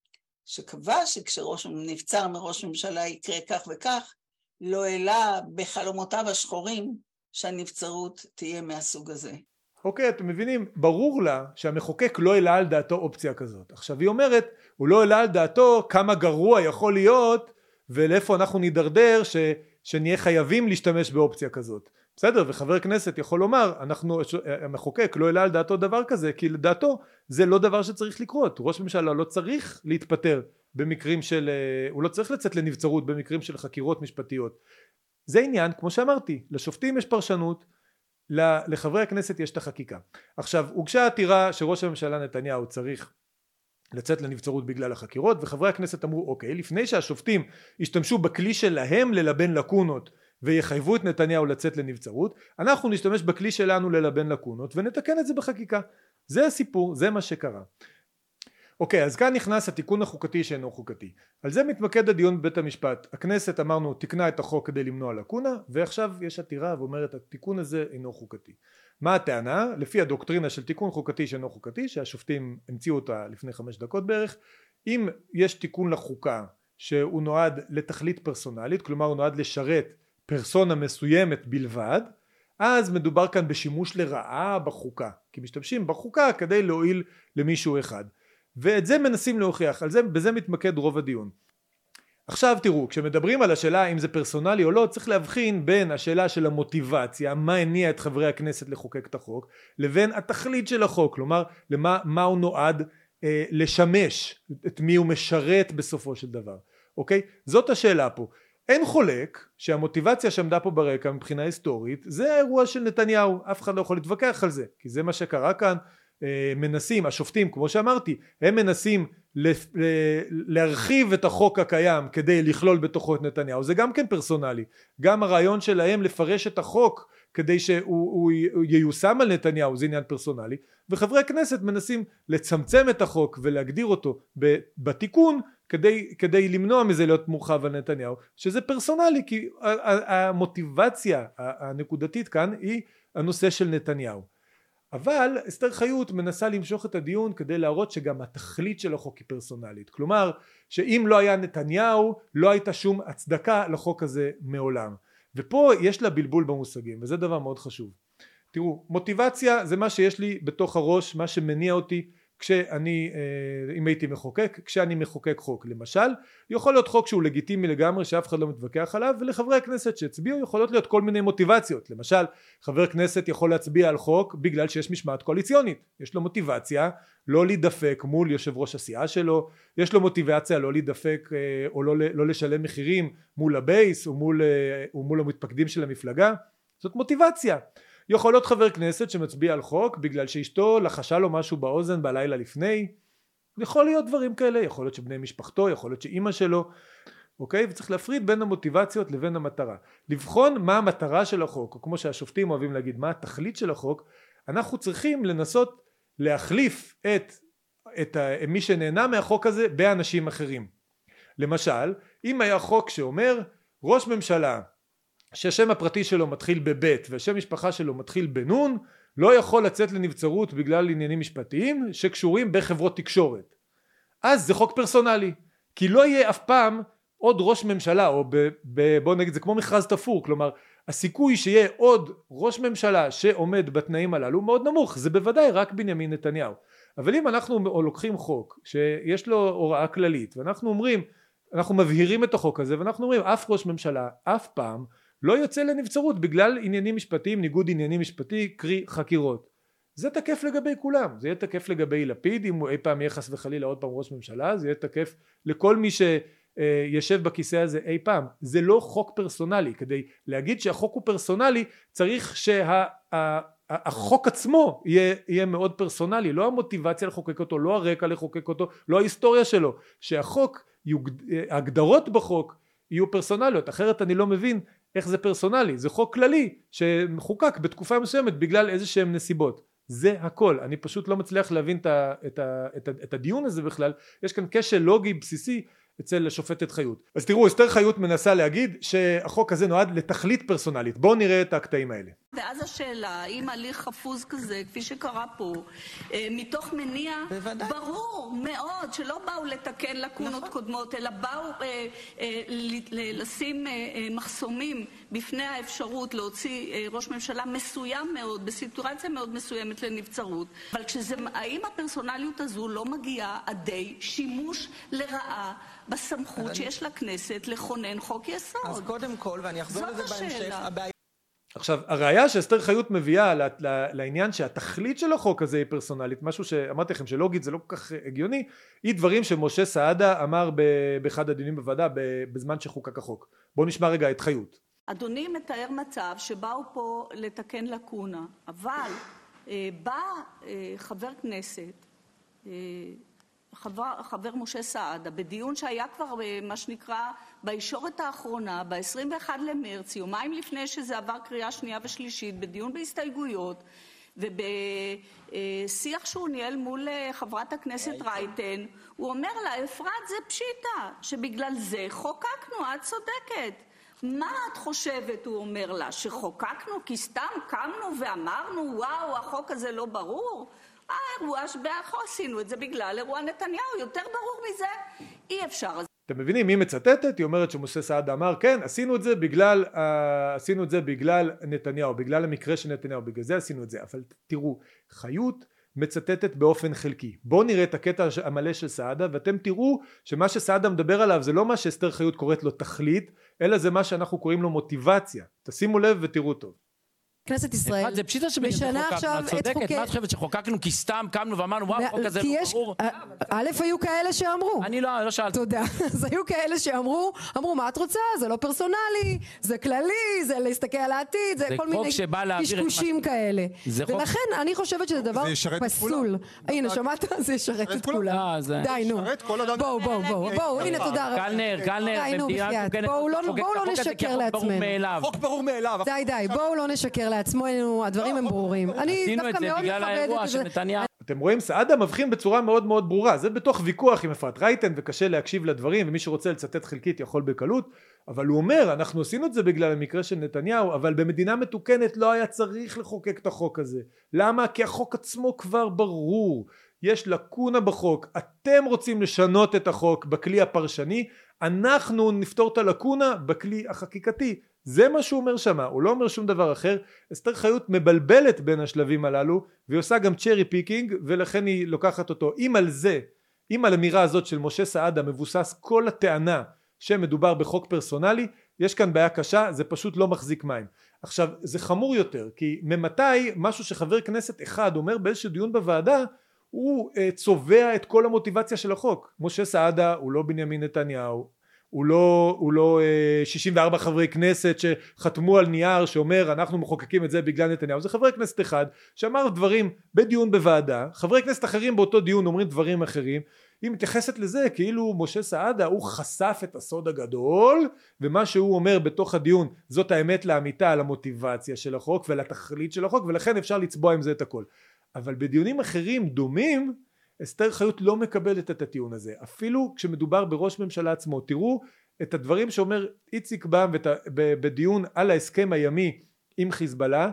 שקבע שכשראש נבצר מראש ממשלה יקרה כך וכך, לא העלה בחלומותיו השחורים שהנבצרות תהיה מהסוג הזה. אוקיי, אתם מבינים, ברור לה שהמחוקק לא העלה על דעתו אופציה כזאת. עכשיו היא אומרת, הוא לא העלה על דעתו כמה גרוע יכול להיות, ולאיפה אנחנו נידרדר שנהיה חייבים להשתמש באופציה כזאת. בסדר, וחבר כנסת יכול לומר, המחוקק לא העלה על דעתו דבר כזה, כי לדעתו זה לא דבר שצריך לקרות. ראש ממשלה לא צריך להתפטר במקרים של, הוא לא צריך לצאת לנבצרות במקרים של חקירות משפטיות. זה עניין, כמו שאמרתי, לשופטים יש פרשנות, לחברי הכנסת יש את החקיקה. עכשיו, הוגשה עתירה שראש הממשלה נתניהו צריך לצאת לנבצרות בגלל החקירות, וחברי הכנסת אמרו, אוקיי, לפני שהשופטים ישתמשו בכלי שלהם ללבן לקונות, ויחייבו את נתניהו לצאת לנבצרות, אנחנו נשתמש בכלי שלנו ללבן לקונות, ונתקן את זה בחקיקה. זה הסיפור, זה מה שקרה. אוקיי, אז כאן נכנס התיקון החוקתי שאינו חוקתי. על זה מתמקד הדיון בבית המשפט. הכנסת, אמרנו, תיקנה את החוק כדי למנוע לקונה, ועכשיו יש עתירה ואומרת, התיקון הזה אינו חוקתי. מה הטענה? לפי הדוקטרינה של תיקון חוקתי שאינו חוקתי, שהשופטים המציאו אותה לפני 5 דקות בערך, אם יש תיקון לחוקה שהוא נועד לתכלית פרסונלית, כלומר הוא נועד לשרת פרסונה מסוימת בלבד, אז מדובר כאן בשימוש לרעה בחוקה, כי משתמשים בחוקה כדי להועיל למישהו אחד. ואת זה מנסים להוכיח, בזה מתמקד רוב הדיון. עכשיו תראו, כשמדברים על השאלה אם זה פרסונלי או לא, צריך להבחין בין השאלה של המוטיבציה, מה הניע את חברי הכנסת לחוקק את החוק, לבין התכלית של החוק, כלומר, למה הוא נועד לשמש, את מי הוא משרת בסופו של דבר. אוקיי? זאת השאלה פה. אין חולק שהמוטיבציה שעמדה פה ברקע מבחינה היסטורית, זה האירוע של נתניהו, אף אחד לא יכול להתווכח על זה, כי זה מה שקרה כאן. מנסים, השופטים כמו שאמרתי, הם מנסים להרחיב את החוק הקיים כדי לכלול בתוכו את נתניהו, זה גם כן פרסונלי, גם הרעיון שלהם לפרש את החוק כדי שהוא ייושם על נתניהו זה עניין פרסונלי, וחברי הכנסת מנסים לצמצם את החוק ולהגדיר אותו בתיקון כדי למנוע מזה להיות מורחב על נתניהו, שזה פרסונלי, כי המוטיבציה הנקודתית כאן היא הנושא של נתניהו. אבל אסתר חיות מנסה למשוך את הדיון כדי להראות שגם התכלית של החוק היא פרסונלית. כלומר, שאם לא היה נתניהו, לא הייתה שום הצדקה לחוק הזה מעולם. ופה יש לה בלבול במושגים, וזה דבר מאוד חשוב. תראו, מוטיבציה זה מה שיש לי בתוך הראש, מה שמניע אותי אם הייתי מחוקק, כשאני מחוקק חוק. למשל, יכול להיות חוק שהוא לגיטימי לגמרי שאף אחד לא מתווכח עליו, ולחברי הכנסת שהצביעו יכולות להיות כל מיני מוטיבציות. למשל, חבר כנסת יכול להצביע על חוק בגלל שיש משמעת קואליציונית. יש לו מוטיבציה לא להידפק מול יושב ראש הסיעה שלו, יש לו מוטיבציה לא להידפק או לא לשלם מחירים מול הבייס או מול המתפקדים של המפלגה. זאת מוטיבציה. יכול להיות חבר כנסת שמצביע על חוק בגלל שאשתו לחשה לו משהו באוזן בלילה לפני, יכול להיות דברים כאלה, יכול להיות שבני משפחתו, יכול להיות שאימא שלו, אוקיי? וצריך להפריד בין המוטיבציות לבין המטרה. לבחון מה המטרה של החוק, או כמו שהשופטים אוהבים להגיד, מה התכלית של החוק, אנחנו צריכים לנסות להחליף את מי שנהנה מהחוק הזה באנשים אחרים. למשל, אם היה חוק שאומר, ראש ממשלה, שהשם הפרטי שלו מתחיל בבית והשם משפחה שלו מתחיל בנון, לא יכול לצאת לנבצרות בגלל עניינים משפטיים שקשורים בחברות תקשורת. אז זה חוק פרסונלי, כי לא יהיה אף פעם עוד ראש ממשלה, או בוא נגיד זה כמו מכרז תפור, כלומר הסיכוי שיהיה עוד ראש ממשלה שעומד בתנאים הללו מאוד נמוך, זה בוודאי רק בנימין נתניהו. אבל אם אנחנו לוקחים חוק שיש לו הוראה כללית ואנחנו אומרים, אנחנו מבהירים את החוק הזה ואנחנו אומרים אף ראש ממשלה אף פעם לא יוצא לנבצרות בגלל עניינים משפטיים, ניגוד עניינים משפטי, קרי חקירות. זה תקף לגבי כולם, זה יהיה תקף לגבי לפיד, אם הוא אי פעם יהיה חס וחלילה עוד פעם ראש ממשלה, זה יהיה תקף לכל מי שישב בכיסא הזה אי פעם. זה לא חוק פרסונלי, כדי להגיד שהחוק הוא פרסונלי, צריך שהחוק עצמו יהיה מאוד פרסונלי, לא המוטיבציה לחוקק אותו, לא הרקע לחוקק אותו, לא ההיסטוריה שלו, שהחוק, ההגדרות בחוק יהיו פרסונליות, אחרת אני לא מבין איך זה פרסונלי, זה חוק כללי שמחוקק בתקופה מסוימת בגלל איזה שהם נסיבות, זה הכל. אני פשוט לא מצליח להבין את הדיון הזה בכלל, יש כאן כשל לוגי בסיסי אצל השופטת חיות. אז תראו, אסתר חיות מנסה להגיד שהחוק הזה נועד לתכלית פרסונלית, בואו נראה את הקטעים האלה. ואז השאלה, האם הליך חפוז כזה, כפי שקרה פה, מתוך מניע ברור מאוד, שלא באו לתקן לקונות קודמות, אלא באו לשים מחסומים בפני האפשרות להוציא ראש ממשלה מסוים מאוד, בסיטואציה מאוד מסוימת לנבצרות. אבל האם הפרסונליות הזו לא מגיעה עדי שימוש לרעה בסמכות שיש לכנסת לכונן חוק יסוד? אז קודם כל, ואני אחזור לזה בהמשך, עכשיו, הראיה שאסתר חיות מביאה לעניין שהתכלית של החוק הזה היא פרסונלית, משהו שאמרתי לכם שלוגית זה לא כל כך הגיוני, היא דברים שמשה סעדה אמר באחד הדיונים בוועדה בזמן שחוקק החוק. בואו נשמע רגע את חיות. אדוני מתאר מצב שבאו פה לתקן לקונה, אבל בא חבר כנסת, חבר משה סעדה, בדיון שהיה כבר מה שנקרא בישורת האחרונה, ב-21 למרץ, יומיים לפני שזה עבר קריאה שנייה ושלישית, בדיון בהסתייגויות, ובשיח שהוא ניהל מול חברת הכנסת רייטן, הוא אומר לה, אפרת זה פשיטה, שבגלל זה חוקקנו, את צודקת. מה את חושבת, הוא אומר לה, שחוקקנו כי סתם קמנו ואמרנו, וואו, החוק הזה לא ברור? האירוע שבאחו עשינו את זה בגלל אירוע נתניהו, יותר ברור מזה, אי אפשר. אתם מבינים, מי מצטטת? היא אומרת שמשה סעדה אמר, כן, עשינו את זה בגלל נתניהו, בגלל המקרה של נתניהו, בגלל זה עשינו את זה. אבל תראו, חיות מצטטת באופן חלקי. בואו נראה את הקטע המלא של סעדה, ואתם תראו שמה שסעדה מדבר עליו זה לא מה שאסתר חיות קוראת לו תכלית, אלא זה מה שאנחנו קוראים לו מוטיבציה. תשימו לב ותראו טוב. כנסת ישראל, זה פשיטה משנה עכשיו את חוקי... מה את חושבת שחוקקנו כי סתם קמנו ואמרנו וואו, החוק הזה לא ברור? א', היו כאלה שאמרו. אני לא שאלתי. תודה. אז היו כאלה שאמרו, מה את רוצה? זה לא פרסונלי, זה כללי, זה להסתכל על העתיד, זה כל מיני קשקושים כאלה. ולכן אני חושבת שזה דבר פסול. הנה, שמעת? זה ישרת את כולם. די, נו. בואו, הנה, תודה רבה. קלנר, בואו לא נשקר לעצמנו. חוק ברור מאליו. די, בואו לא נשקר לעצמנו, הדברים הם ברורים. אני דווקא מאוד מכבדת את זה. אתם רואים, סעדה מבחין בצורה מאוד מאוד ברורה, זה בתוך ויכוח עם אפרת רייטן וקשה להקשיב לדברים, ומי שרוצה לצטט חלקית יכול בקלות, אבל הוא אומר, אנחנו עשינו את זה בגלל המקרה של נתניהו, אבל במדינה מתוקנת לא היה צריך לחוקק את החוק הזה. למה? כי החוק עצמו כבר ברור, יש לקונה בחוק, אתם רוצים לשנות את החוק בכלי הפרשני, אנחנו נפתור את הלקונה בכלי החקיקתי, זה מה שהוא אומר שמה, הוא לא אומר שום דבר אחר. אסתר חיות מבלבלת בין השלבים הללו, והיא עושה גם צ'רי פיקינג, ולכן היא לוקחת אותו. אם על אמירה הזאת של משה סעדה מבוסס כל הטענה שמדובר בחוק פרסונלי, יש כאן בעיה קשה, זה פשוט לא מחזיק מים. עכשיו, זה חמור יותר, כי ממתי משהו שחבר כנסת אחד אומר באיזשהו דיון בוועדה, הוא צובע את כל המוטיבציה של החוק. משה סעדה הוא לא בנימין נתניהו, הוא לא 64 חברי כנסת שחתמו על נייר שאומר אנחנו מחוקקים את זה בגלל נתניהו, זה חברי כנסת אחד שאמר דברים בדיון בוועדה, חברי כנסת אחרים באותו דיון אומרים דברים אחרים, היא מתייחסת לזה כאילו משה סעדה הוא חשף את הסוד הגדול, ומה שהוא אומר בתוך הדיון זאת האמת לאמיתה על המוטיבציה של החוק ולתכלית של החוק, ולכן אפשר לצבוע עם זה את הכל. אבל בדיונים אחרים דומים אסתר חיות לא מקבלת את הטיעון הזה, אפילו כשמדובר בראש ממשלה עצמו. תראו את הדברים שאומר איציק בם בדיון על ההסכם הימי עם חיזבאללה,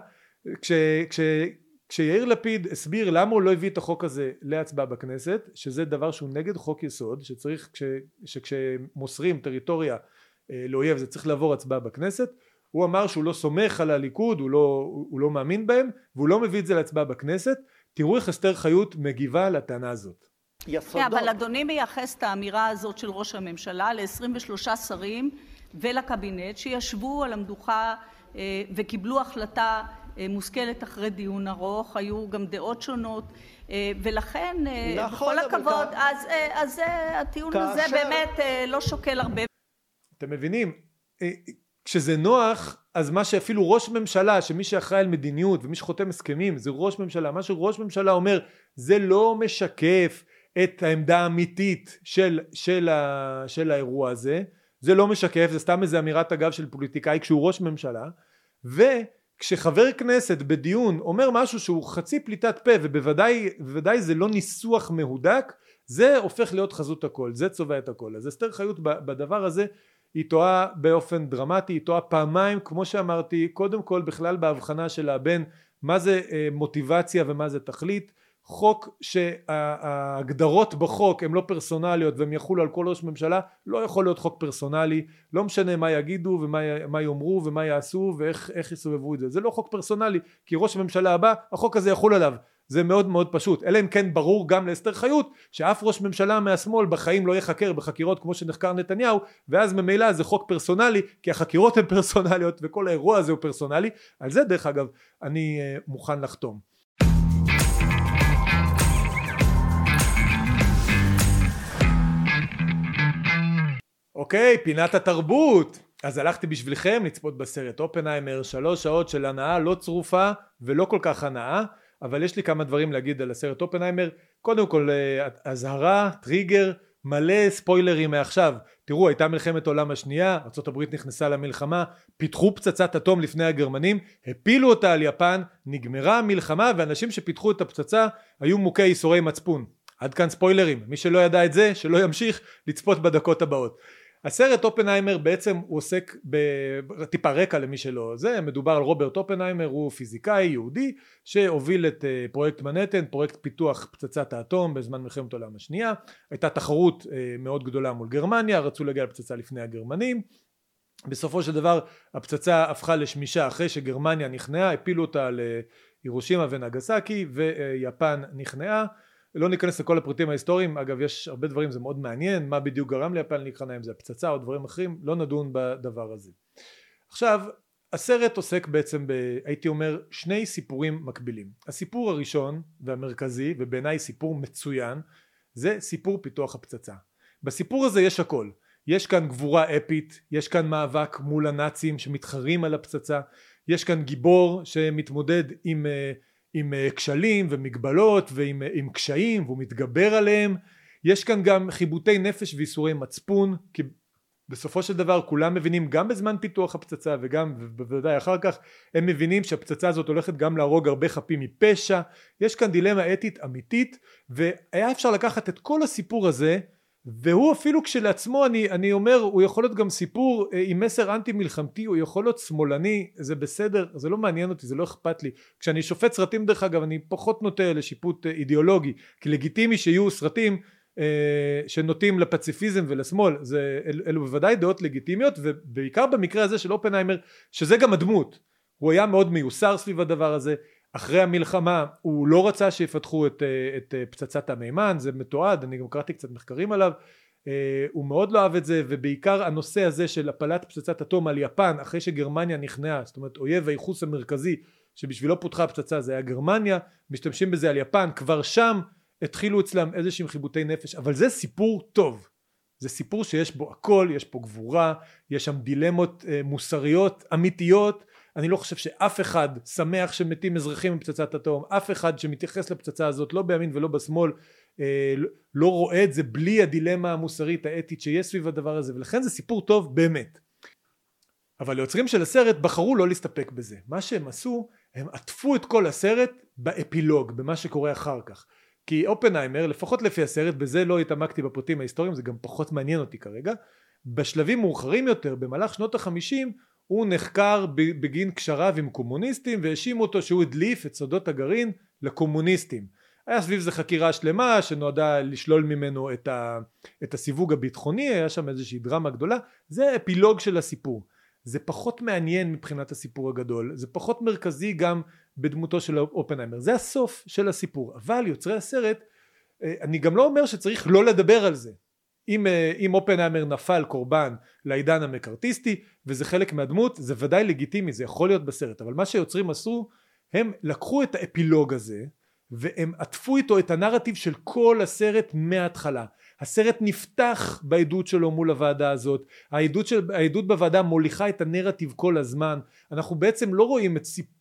כשיאיר לפיד הסביר למה הוא לא הביא את החוק הזה להצבעה בכנסת, שזה דבר שהוא נגד חוק יסוד, שצריך שכשמוסרים טריטוריה לאויב זה צריך לעבור הצבעה בכנסת, הוא אמר שהוא לא סומך על הליכוד, הוא לא מאמין בהם, והוא לא מביא את זה להצבעה בכנסת. תראו איך אסתר חיות מגיבה לטענה הזאת. אבל אדוני מייחס את האמירה הזאת של ראש הממשלה ל-23 שרים ולקבינט שישבו על המדוכה וקיבלו החלטה מושכלת אחרי דיון ארוך, היו גם דעות שונות, ולכן בכל הכבוד, אז הטיעון הזה באמת לא שוקל הרבה. אתם מבינים? כשזה נוח, אז מה שאפילו ראש ממשלה, שמי שאחראי על מדיניות ומי שחותם הסכמים זה ראש ממשלה, מה שראש ממשלה אומר זה לא משקף את העמדה האמיתית של האירוע הזה, זה לא משקף, זה סתם איזה אמירת אגב של פוליטיקאי כשהוא ראש ממשלה. וכשחבר כנסת בדיון אומר משהו שהוא חצי פליטת פה, ובוודאי זה לא ניסוח מהודק, זה הופך להיות חזות הכל, זה צובע את הכל. אז אסתר חיות בדבר הזה היא טועה באופן דרמטי, היא טועה פעמיים, כמו שאמרתי, קודם כל בכלל בהבחנה שלה בין מה זה מוטיבציה ומה זה תכלית. חוק שההגדרות בחוק הן לא פרסונליות והם יחולו על כל ראש ממשלה, לא יכול להיות חוק פרסונלי, לא משנה מה יגידו ומה יאמרו ומה יעשו ואיך יסובבו את זה, זה לא חוק פרסונלי, כי ראש הממשלה הבא החוק הזה יחול עליו, זה מאוד מאוד פשוט. אלא אם כן ברור גם לאסתר חיות שאף ראש ממשלה מהשמאל בחיים לא יחקר בחקירות כמו שנחקר נתניהו, ואז ממילא זה חוק פרסונלי, כי החקירות הן פרסונליות וכל האירוע הזה הוא פרסונלי. על זה דרך אגב אני מוכן לחתום. אוקיי, פינת התרבות. אז הלכתי בשבילכם לצפות בסרט אופנהיימר, 3 שעות של הנאה לא צרופה ולא כל כך הנאה, אבל יש לי כמה דברים להגיד על הסרט אופנהיימר. קודם כל, הזהרה, טריגר, מלא ספוילרים מעכשיו. תראו, הייתה מלחמת העולם השנייה, ארצות הברית נכנסה למלחמה, פיתחו פצצת אטום לפני הגרמנים, הפילו אותה על יפן, נגמרה המלחמה, ואנשים שפיתחו את הפצצה היו מוכי ייסורי מצפון. עד כאן ספוילרים, מי שלא ידע את זה, שלא ימשיך לצפות בדקות הבאות. הסרט אופנהיימר בעצם הוא עוסק בטיפה רקע למי שלא זה, מדובר על רוברט אופנהיימר, הוא פיזיקאי יהודי שהוביל את פרויקט מנהטן, פרויקט פיתוח פצצת האטום בזמן מלחמת העולם השנייה. הייתה תחרות מאוד גדולה מול גרמניה, רצו להגיע לפצצה לפני הגרמנים, בסופו של דבר הפצצה הפכה לשמישה אחרי שגרמניה נכנעה, הפילו אותה להירושימה ונגסקי ויפן נכנעה. לא ניכנס לכל הפרטים ההיסטוריים, אגב יש הרבה דברים, זה מאוד מעניין, מה בדיוק גרם ליפן להיכנע, אם זה הפצצה או דברים אחרים, לא נדון בדבר הזה. עכשיו, הסרט עוסק בעצם הייתי אומר, 2 סיפורים מקבילים. הסיפור הראשון והמרכזי, ובעיניי סיפור מצוין, זה סיפור פיתוח הפצצה. בסיפור הזה יש הכל, יש כאן גבורה אפית, יש כאן מאבק מול הנאצים שמתחרים על הפצצה, יש כאן גיבור שמתמודד עם כשלים ומגבלות ועם קשיים והוא מתגבר עליהם. יש כאן גם חיבוטי נפש ויסורי מצפון, כי בסופו של דבר כולם מבינים גם בזמן פיתוח הפצצה וגם בוודאי אחר כך הם מבינים שהפצצה הזאת הולכת גם להרוג הרבה חפים מפשע. יש כאן דילמה אתית אמיתית, והיה אפשר לקחת את כל הסיפור הזה, והוא אפילו כשלעצמו אני אומר הוא יכול להיות גם סיפור עם מסר אנטי מלחמתי, הוא יכול להיות שמאלני, זה בסדר, זה לא מעניין אותי, זה לא אכפת לי. כשאני שופט סרטים דרך אגב אני פחות נוטה לשיפוט אידיאולוגי, כי לגיטימי שיהיו סרטים שנוטים לפציפיזם ולשמאל, אלו בוודאי דעות לגיטימיות, ובעיקר במקרה הזה של אופנהיימר, שזה גם הדמות, הוא היה מאוד מיוסר סביב הדבר הזה, אחרי המלחמה הוא לא רצה שיפתחו את פצצת המימן, זה מתועד, אני גם קראתי קצת מחקרים עליו, הוא מאוד לא אהב את זה, ובעיקר הנושא הזה של הפלת פצצת אטום על יפן, אחרי שגרמניה נכנעה, זאת אומרת אויב הייחוס המרכזי, שבשבילו פותחה הפצצה זה היה גרמניה, משתמשים בזה על יפן, כבר שם התחילו אצלם איזשהם חיבוטי נפש, אבל זה סיפור טוב, זה סיפור שיש בו הכל, יש פה גבורה, יש שם דילמות מוסריות אמיתיות, אני לא חושב שאף אחד שמח שמתים אזרחים מפצצת אטום, אף אחד שמתייחס לפצצה הזאת לא בימין ולא בשמאל לא רואה את זה בלי הדילמה המוסרית האתית שיש סביב הדבר הזה, ולכן זה סיפור טוב באמת. אבל היוצרים של הסרט בחרו לא להסתפק בזה, מה שהם עשו, הם עטפו את כל הסרט באפילוג, במה שקורה אחר כך, כי אופנהיימר, לפחות לפי הסרט, בזה לא התעמקתי בפרטים ההיסטוריים, זה גם פחות מעניין אותי כרגע, בשלבים מאוחרים יותר, במהלך שנות ה-50, הוא נחקר בגין קשריו עם קומוניסטים, והאשימו אותו שהוא הדליף את סודות הגרעין לקומוניסטים. היה סביב זה חקירה שלמה שנועדה לשלול ממנו את הסיווג הביטחוני, היה שם איזושהי דרמה גדולה, זה אפילוג של הסיפור. זה פחות מעניין מבחינת הסיפור הגדול, זה פחות מרכזי גם בדמותו של אופנהיימר, זה הסוף של הסיפור, אבל יוצרי הסרט, אני גם לא אומר שצריך לא לדבר על זה, אם אופנהיימר נפל קורבן לעידן המקארתיסטי, וזה חלק מהדמות, זה ודאי לגיטימי, זה יכול להיות בסרט, אבל מה שיוצרים עשו, הם לקחו את האפילוג הזה, והם עטפו איתו את הנרטיב של כל הסרט מההתחלה. הסרט נפתח בעדות שלו מול הוועדה הזאת, העדות בוועדה מוליכה את הנרטיב כל הזמן, אנחנו בעצם לא רואים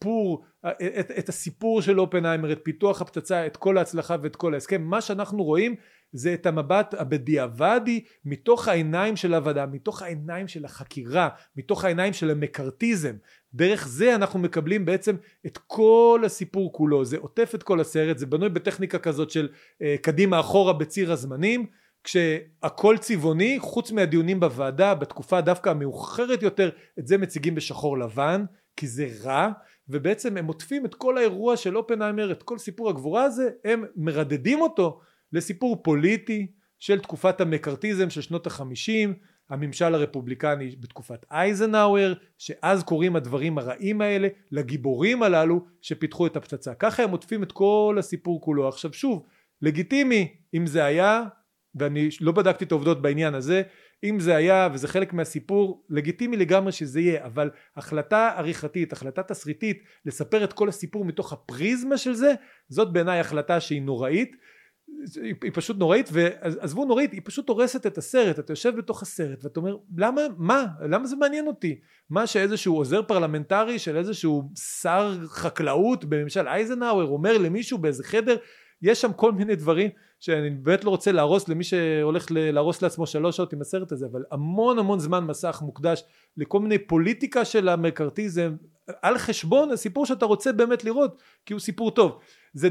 את הסיפור של אופנהיימר, את פיתוח הפצצה, את כל ההצלחה ואת כל ההסכם, מה שאנחנו רואים זה את המבט הבדיעבדי מתוך העיניים של הוועדה, מתוך העיניים של החקירה, מתוך העיניים של המקארתיזם, דרך זה אנחנו מקבלים בעצם את כל הסיפור כולו, זה עוטף את כל הסרט, זה בנוי בטכניקה כזאת של קדימה אחורה בציר הזמנים, כשהכל צבעוני, חוץ מהדיונים בוועדה, בתקופה דווקא המאוחרת יותר, את זה מציגים בשחור לבן, כי זה רע, ובעצם הם עוטפים את כל האירוע של אופנהיימר, את כל סיפור הגבורה הזה, הם מרדדים אותו לסיפור פוליטי של תקופת המקארתיזם של שנות ה-50, הממשל הרפובליקני בתקופת אייזנהאואר, שאז קוראים הדברים הרעים האלה לגיבורים הללו שפיתחו את הפצצה. ככה הם עוטפים את כל הסיפור כולו. עכשיו שוב, לגיטימי אם זה היה, ואני לא בדקתי את העובדות בעניין הזה, אם זה היה וזה חלק מהסיפור, לגיטימי לגמרי שזה יהיה, אבל החלטה עריכתית, החלטה תסריטית, לספר את כל הסיפור מתוך הפריזמה של זה, זאת בעיניי החלטה שהיא נוראית, היא פשוט נוראית, ועזבו נוראית, היא פשוט הורסת את הסרט, אתה יושב בתוך הסרט ואתה אומר, למה זה מעניין אותי? מה שאיזשהו עוזר פרלמנטרי של איזשהו שר חקלאות בממשל אייזנהאואר אומר למישהו באיזה חדר, יש שם כל מיני דברים שאני באמת לא רוצה להרוס למי שהולך להרוס לעצמו 3 שעות עם הסרט הזה, אבל המון זמן מסך מוקדש לכל מיני פוליטיקה של המקארתיזם, על חשבון הסיפור שאתה רוצה באמת לראות, כי הוא סיפור טוב.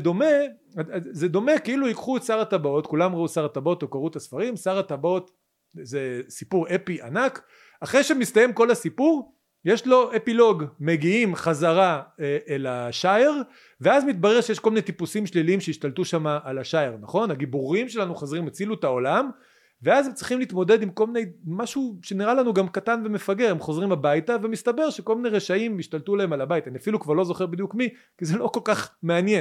זה דומה כאילו ייקחו את שר הטבעות, כולם ראו שר הטבעות או קראו את הספרים, שר הטבעות זה סיפור אפי ענק, אחרי שמסתיים כל הסיפור, יש לו אפילוג, מגיעים חזרה אל השייר, ואז מתברר שיש כל מיני טיפוסים שליליים שהשתלטו שם על השייר, נכון? הגיבורים שלנו חזרים, הצילו את העולם, ואז הם צריכים להתמודד עם כל מיני, משהו שנראה לנו גם קטן ומפגר, הם חוזרים הביתה, ומסתבר שכל מיני רשעים השתלטו להם על הבית, אני אפילו כבר לא זוכר בדיוק מי, כי זה לא כל כך מעניין.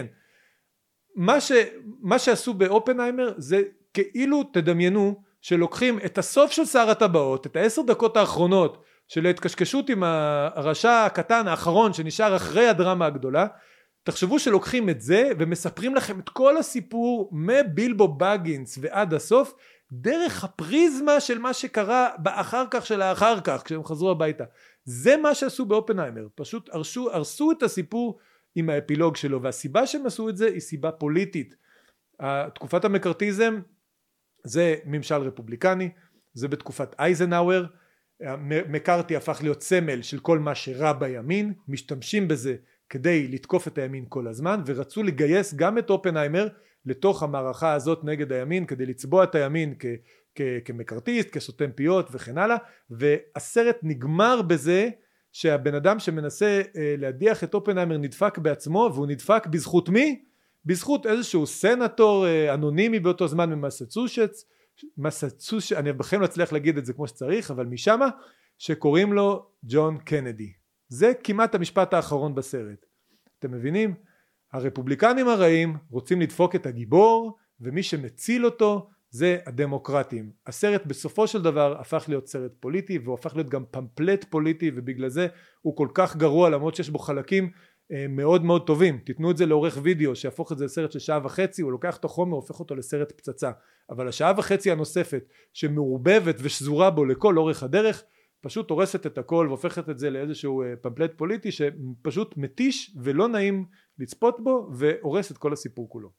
מה שעשו באופנהיימר, זה כאילו תדמיינו, שלוקחים את הסוף של שר הטבעות, את 10 דקות האחרונות, של ההתקשקשות עם הרשע הקטן האחרון שנשאר אחרי הדרמה הגדולה, תחשבו שלוקחים את זה ומספרים לכם את כל הסיפור מבילבו בגינס ועד הסוף, דרך הפריזמה של מה שקרה באחר כך של האחר כך כשהם חזרו הביתה. זה מה שעשו באופנהיימר, פשוט הרסו את הסיפור עם האפילוג שלו, והסיבה שהם עשו את זה היא סיבה פוליטית. תקופת המקארתיזם זה ממשל רפובליקני, זה בתקופת אייזנהאואר, מקארתי הפך להיות סמל של כל מה שרע בימין, משתמשים בזה כדי לתקוף את הימין כל הזמן, ורצו לגייס גם את אופנהיימר לתוך המערכה הזאת נגד הימין, כדי לצבוע את הימין כמקארתיסט, כסותם פיות וכן הלאה, והסרט נגמר בזה שהבן אדם שמנסה להדיח את אופנהיימר נדפק בעצמו, והוא נדפק בזכות מי? בזכות איזשהו סנטור אנונימי באותו זמן ממסצ'וסטס, אני בכלל לא אצליח להגיד את זה כמו שצריך, אבל משמה, שקוראים לו ג'ון קנדי. זה כמעט המשפט האחרון בסרט. אתם מבינים? הרפובליקנים הרעים רוצים לדפוק את הגיבור, ומי שמציל אותו זה הדמוקרטים. הסרט בסופו של דבר הפך להיות סרט פוליטי, והוא הפך להיות גם פמפלט פוליטי, ובגלל זה הוא כל כך גרוע, למרות שיש בו חלקים מאוד מאוד טובים. תיתנו את זה לעורך וידאו שיהפוך את זה לסרט של שעה וחצי, הוא לוקח את החומר והופך אותו לסרט פצצה. אבל השעה וחצי הנוספת שמעורבבת ושזורה בו לכל אורך הדרך, פשוט הורסת את הכל והופכת את זה לאיזשהו פמפלט פוליטי שפשוט מתיש ולא נעים לצפות בו, והורס את כל הסיפור כולו.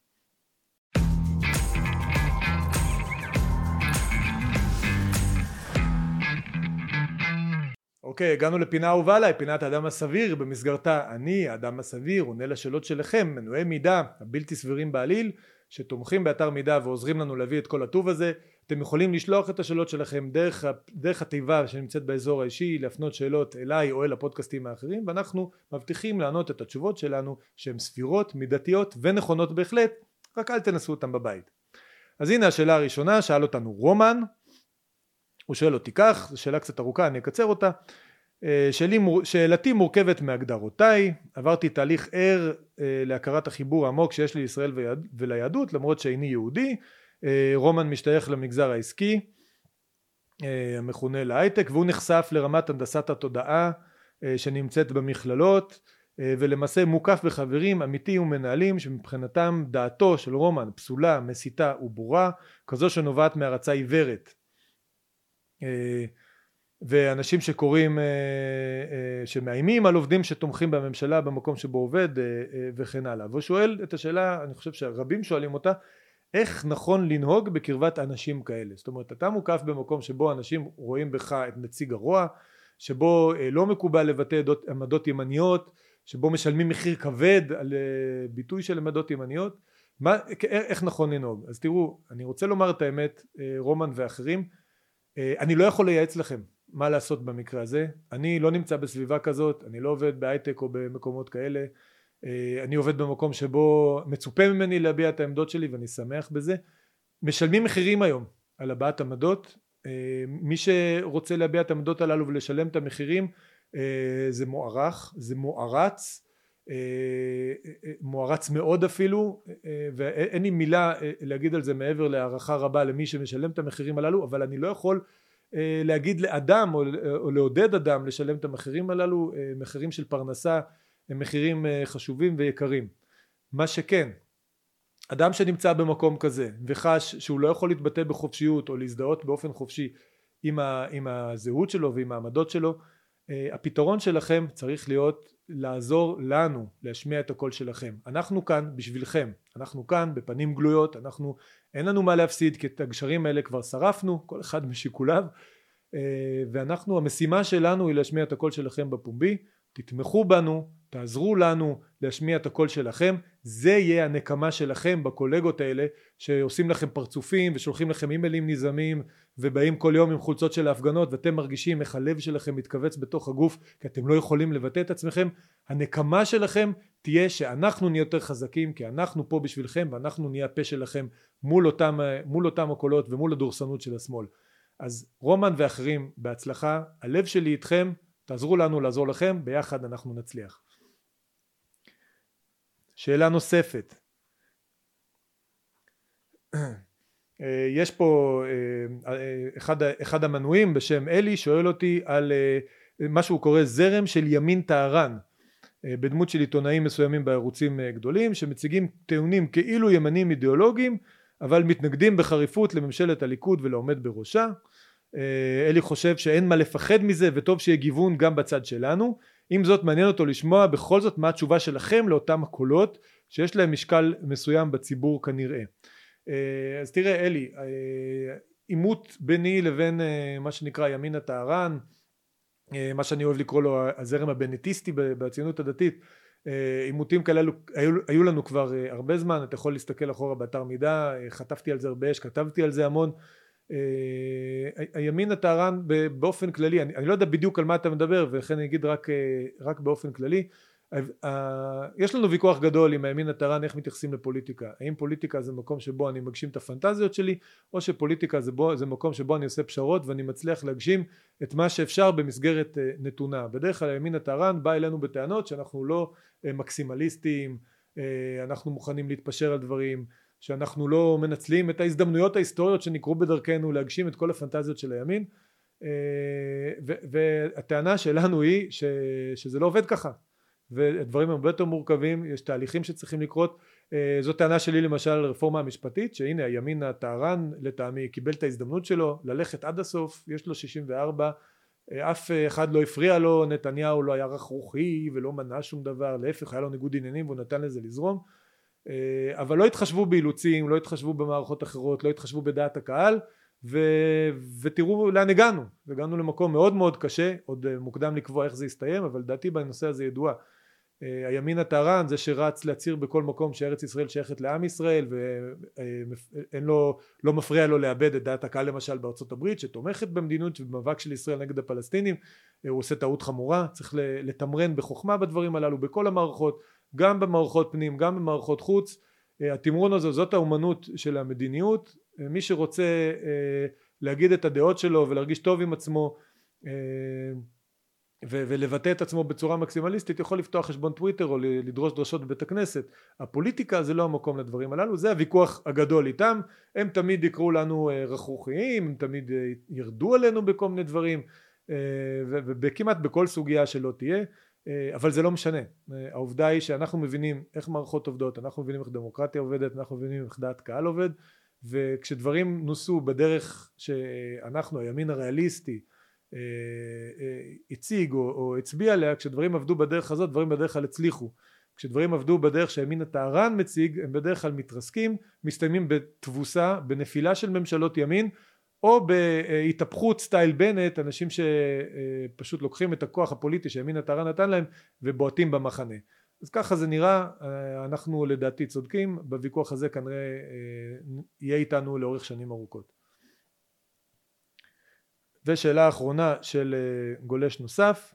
אוקיי, הגענו לפינה אהובה עליי, פינת האדם הסביר, במסגרתה אני, האדם הסביר, עונה לשאלות שלכם, מנועי מידע הבלתי סבירים בעליל, שתומכים באתר מידע ועוזרים לנו להביא את כל הטוב הזה. אתם יכולים לשלוח את השאלות שלכם דרך התיבה שנמצאת באזור האישי, להפנות שאלות אליי או אל הפודקאסטים האחרים, ואנחנו מבטיחים לענות את התשובות שלנו שהן סבירות, מידתיות ונכונות בהחלט, רק אל תנסו אותם בבית. אז הנה השאלה הראשונה, שאל אותנו רומן, הוא שואל אותי כך, זו שאלה קצת ארוכה, אני אקצר אותה. שאלתי מורכבת מהגדרותיי, עברתי תהליך ער להכרת החיבור העמוק שיש לי לישראל וליהדות, למרות שאיני יהודי. רומן משתייך למגזר העסקי, המכונה להייטק, והוא נחשף לרמת הנדסת התודעה שנמצאת במכללות, ולמעשה מוקף בחברים אמיתיים ומנהלים שמבחינתם דעתו של רומן פסולה, מסיתה וברורה, כזו שנובעת מהרצה עיוורת. ואנשים שקוראים, שמאיימים על עובדים שתומכים בממשלה במקום שבו עובד וכן הלאה. והוא שואל את השאלה, אני חושב שרבים שואלים אותה, איך נכון לנהוג בקרבת אנשים כאלה? זאת אומרת, אתה מוקף במקום שבו אנשים רואים בך את נציג הרוע, שבו לא מקובל לבטא עמדות ימניות, שבו משלמים מחיר כבד על ביטוי של עמדות ימניות. איך נכון לנהוג? אז תראו, אני רוצה לומר את האמת, רומן ואחרים, אני לא יכול לייעץ לכם מה לעשות במקרה הזה. אני לא נמצא בסביבה כזאת, אני לא עובד בהייטק או במקומות כאלה, אני עובד במקום שבו מצופה ממני להביע את העמדות שלי ואני שמח בזה. משלמים מחירים היום על הבעת עמדות, מי שרוצה להביע את העמדות הללו ולשלם את המחירים, זה מוערך, זה מוערץ מאוד אפילו, ואין לי מילה להגיד על זה מעבר להערכה רבה למי שמשלם את המחירים הללו, אבל אני לא יכול להגיד לאדם או לעודד אדם לשלם את המחירים הללו. מחירים של פרנסה הם מחירים חשובים ויקרים. מה שכן, אדם שנמצא במקום כזה וחש שהוא לא יכול להתבטא בחופשיות או להזדהות באופן חופשי עם הזהות שלו ועם העמדות שלו, הפתרון שלכם צריך להיות לעזור לנו להשמיע את הקול שלכם. אנחנו כאן בשבילכם, אנחנו כאן בפנים גלויות, אין לנו מה להפסיד, כי את הגשרים האלה כבר שרפנו, כל אחד משיקוליו, ואנחנו, המשימה שלנו היא להשמיע את הקול שלכם בפומבי. תתמכו בנו, תעזרו לנו להשמיע את הקול שלכם, זה יהיה הנקמה שלכם בקולגות האלה שעושים לכם פרצופים ושולחים לכם אימיילים ניזמים ובאים כל יום עם חולצות של ההפגנות, ואתם מרגישים איך הלב שלכם מתכווץ בתוך הגוף כי אתם לא יכולים לבטא את עצמכם. הנקמה שלכם תהיה שאנחנו נהיה יותר חזקים, כי אנחנו פה בשבילכם ואנחנו נהיה הפה שלכם מול אותם הקולות ומול הדורסנות של השמאל. אז רומן ואחרים, בהצלחה, הלב שלי איתכם, תעזרו לנו לעזור לכם, ביחד אנחנו נצליח. שאלה נוספת. יש פה אחד המנויים בשם אלי שואל אותי על מה שהוא קורא זרם של ימין טהרן, בדמות של עיתונאים מסוימים בערוצים גדולים שמציגים טיעונים כאילו ימנים אידיאולוגיים, אבל מתנגדים בחריפות לממשלת הליכוד ולעומד בראשה. אלי חושב שאין מה לפחד מזה וטוב שיהיה גיוון גם בצד שלנו. עם זאת מעניין אותו לשמוע בכל זאת מה התשובה שלכם לאותם הקולות שיש להם משקל מסוים בציבור כנראה. אז תראה אלי, עימות ביני לבין מה שנקרא ימין הטהרן, מה שאני אוהב לקרוא לו הזרם הבנטיסטי בציונות הדתית, עימותים כאלה היו לנו כבר הרבה זמן. אתה יכול להסתכל אחורה באתר מידע, חטפתי על זה הרבה, כתבתי על זה המון. הימין הטהרן באופן כללי, אני לא יודע בדיוק על מה אתה מדבר ולכן אני אגיד רק באופן כללי, יש לנו ויכוח גדול עם הימין הטהרן איך מתייחסים לפוליטיקה. האם פוליטיקה זה מקום שבו אני מגשים את הפנטזיות שלי, או שפוליטיקה זה מקום שבו אני עושה פשרות ואני מצליח להגשים את מה שאפשר במסגרת נתונה. בדרך כלל הימין הטהרן בא אלינו בטענות שאנחנו לא מקסימליסטים, אנחנו מוכנים להתפשר על דברים, שאנחנו לא מנצלים את ההזדמנויות ההיסטוריות שנקרו בדרכנו להגשים את כל הפנטזיות של הימין, והטענה שלנו היא שזה לא עובד ככה, ודברים הרבה יותר מורכבים, יש תהליכים שצריכים לקרות. זו טענה שלי למשל על הרפורמה המשפטית, שהנה הימין הטהרן לטעמי קיבל את ההזדמנות שלו ללכת עד הסוף, יש לו 64, אף אחד לא הפריע לו, נתניהו לא היה רכרוכי ולא מנע שום דבר, להפך היה לו ניגוד עניינים והוא נתן לזה לזרום, אבל לא התחשבו באילוצים, לא התחשבו במערכות אחרות, לא התחשבו בדעת הקהל, ותראו לאן הגענו למקום מאוד מאוד קשה, עוד מוקדם לקבוע איך זה יסתיים, אבל דעתי בנושא הזה ידועה. הימין הטהרן זה שרץ להצהיר בכל מקום שארץ ישראל שייכת לעם ישראל, ואין לו, לא מפריע לו לאבד את דעת הקהל למשל בארצות הברית שתומכת במדינות ובמאבק של ישראל נגד הפלסטינים. הוא עושה טעות חמורה, צריך לתמרן בחוכמה בדברים הללו בכל המערכות, גם במערכות פנים גם במערכות חוץ. התמרון הזה זאת האומנות של המדיניות, מי שרוצה להגיד את הדעות שלו ולהרגיש טוב עם עצמו ולבטא את עצמו בצורה מקסימליסטית יכול לפתוח חשבון טוויטר או לדרוש דרשות בבית הכנסת. הפוליטיקה זה לא המקום לדברים הללו, זה הוויכוח הגדול איתם, הם תמיד יקראו לנו רכרוכיים, הם תמיד ירדו עלינו בכל מיני דברים וכמעט בכל סוגיה שלא תהיה, אבל זה לא משנה. העובדה היא שאנחנו מבינים איך מערכות עובדות, אנחנו מבינים איך דמוקרטיה עובדת, אנחנו מבינים איך דעת קהל עובד, וכשדברים נוסו בדרך שאנחנו הימין הריאליסטי הציג או הצביע עליה, כשדברים עבדו בדרך הזאת דברים בדרך כלל הצליחו. כשדברים עבדו בדרך שהימין הטהרן מציג הם בדרך כלל מתרסקים, מסתיימים בתבוסה, בנפילה של ממשלות ימין או בהתהפכות סטייל בנט, אנשים שפשוט לוקחים את הכוח הפוליטי שהימין הטהרן נתן להם ובועטים במחנה. אז ככה זה נראה. אנחנו לדעתי צודקים, בוויכוח הזה כנראה יהיה איתנו לאורך שנים ארוכות. ושאלה אחרונה של גולש נוסף,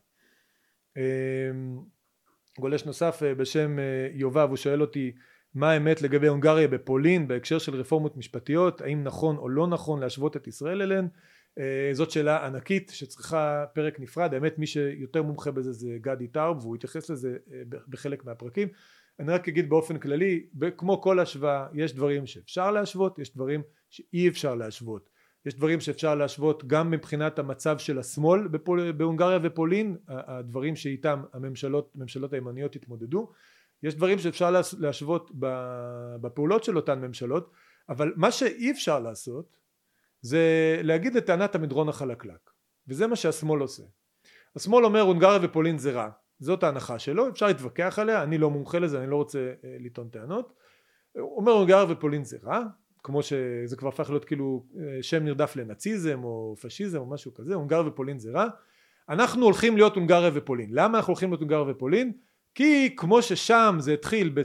גולש נוסף בשם יובב, הוא שואל אותי מה האמת לגבי הונגריה בפולין בהקשר של רפורמות משפטיות, האם נכון או לא נכון להשוות את ישראל אליהן. זאת שאלה ענקית שצריכה פרק נפרד, האמת מי שיותר מומחה בזה זה גדי טאוב והוא יתייחס לזה בחלק מהפרקים. אני רק אגיד באופן כללי, כמו כל השוואה יש דברים שאפשר להשוות, יש דברים שאי אפשר להשוות. יש דברים שאפשר להשוות גם מבחינת המצב של השמאל בהונגריה ופולין, הדברים שאיתם הממשלות הימניות התמודדו. יש דברים שאפשר להשוות בפעולות של אותן ממשלות, אבל מה שאי אפשר לעשות זה להגיד את טענת המדרון החלקלק, וזה מה שהשמאל עושה. השמאל אומר הונגריה ופולין זה רע, זאת ההנחה שלו, אפשר להתווכח עליה, אני לא מומחה לזה, אני לא רוצה לטעון טענות. הוא אומר הונגריה ופולין זה רע, כמו שזה כבר הפך להיות כאילו שם נרדף לנאציזם או פשיזם או משהו כזה, הונגריה ופולין זה רע. אנחנו הולכים להיות הונגריה ופולין. למה אנחנו הולכים להיות הונגריה ופולין? כי כמו ששם זה התחיל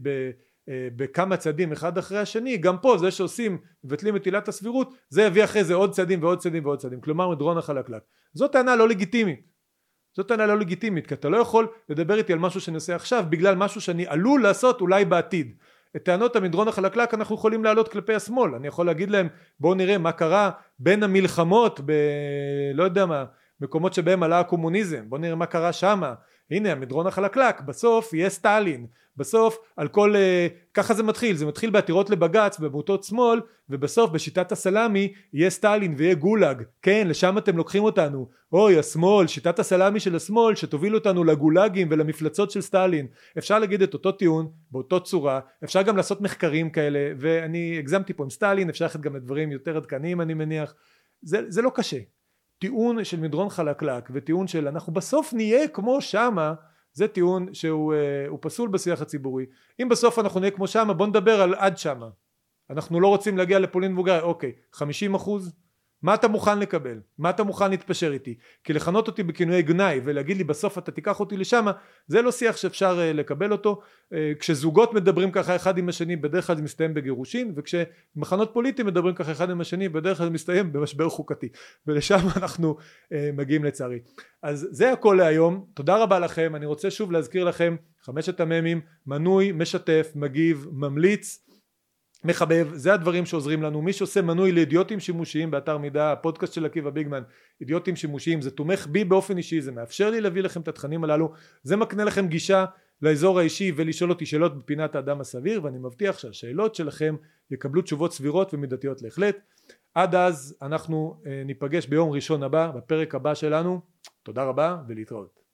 בכמה צעדים אחד אחרי השני, גם פה זה שעושים מבטלים את עילת הסבירות, זה יביא אחרי זה עוד צעדים ועוד צעדים ועוד צעדים, כלומר מדרון החלקלק. זאת טענה לא לגיטימית. זאת טענה לא לגיטימית, כי אתה לא יכול לדבר איתי על משהו שאני עושה עכשיו בגלל משהו שאני עלול לעשות אולי בעתיד. את טענות המדרון החלקלק אנחנו יכולים להעלות כלפי השמאל, אני יכול להגיד להם בואו נראה מה קרה בין המלחמות לא יודע מה, מקומות שבהם עלה הקומוניזם, בואו נראה מה קרה שמה, הנה המדרון החלקלק, בסוף יהיה סטלין, בסוף על כל, ככה זה מתחיל בעתירות לבגץ במוטות שמאל, ובסוף בשיטת הסלאמי יהיה סטלין ויהיה גולאג, כן לשם אתם לוקחים אותנו, אוי השמאל, שיטת הסלאמי של השמאל שתוביל אותנו לגולאגים ולמפלצות של סטלין. אפשר להגיד את אותו טיעון באותו צורה, אפשר גם לעשות מחקרים כאלה, ואני הגזמתי פה עם סטלין, אפשר ללכת גם לדברים יותר עדכניים אני מניח, זה לא קשה. טיעון של מדרון חלקלק וטיעון של אנחנו בסוף נהיה כמו שמה, זה טיעון שהוא פסול בשיח הציבורי. אם בסוף אנחנו נהיה כמו שמה, בוא נדבר על עד שמה. אנחנו לא רוצים להגיע לפולין והונגריה, אוקיי, 50%, מה אתה מוכן לקבל? מה אתה מוכן להתפשר איתי? כי לכנות אותי בכינויי גנאי ולהגיד לי בסוף אתה תיקח אותי לשם, זה לא שיח שאפשר לקבל אותו. כשזוגות מדברים ככה אחד עם השני, בדרך כלל זה מסתיים בגירושין, וכשמחנות פוליטיים מדברים ככה אחד עם השני, בדרך כלל זה מסתיים במשבר חוקתי, ולשם אנחנו מגיעים לצערי. אז זה הכל להיום, תודה רבה לכם. אני רוצה שוב להזכיר לכם 5 המ"מים: מנוי, משתף, מגיב, ממליץ, מחבב, זה הדברים שעוזרים לנו. מי שעושה מנוי לאידיוטים שימושיים באתר מידע, הפודקאסט של עקיבא ביגמן, אידיוטים שימושיים, זה תומך בי באופן אישי, זה מאפשר לי להביא לכם את התכנים הללו, זה מקנה לכם גישה לאזור האישי ולשאול אותי שאלות בפינת האדם הסביר, ואני מבטיח שהשאלות שלכם יקבלו תשובות סבירות ומידתיות להחלט. עד אז אנחנו ניפגש ביום ראשון הבא, בפרק הבא שלנו. תודה רבה ולהתראות.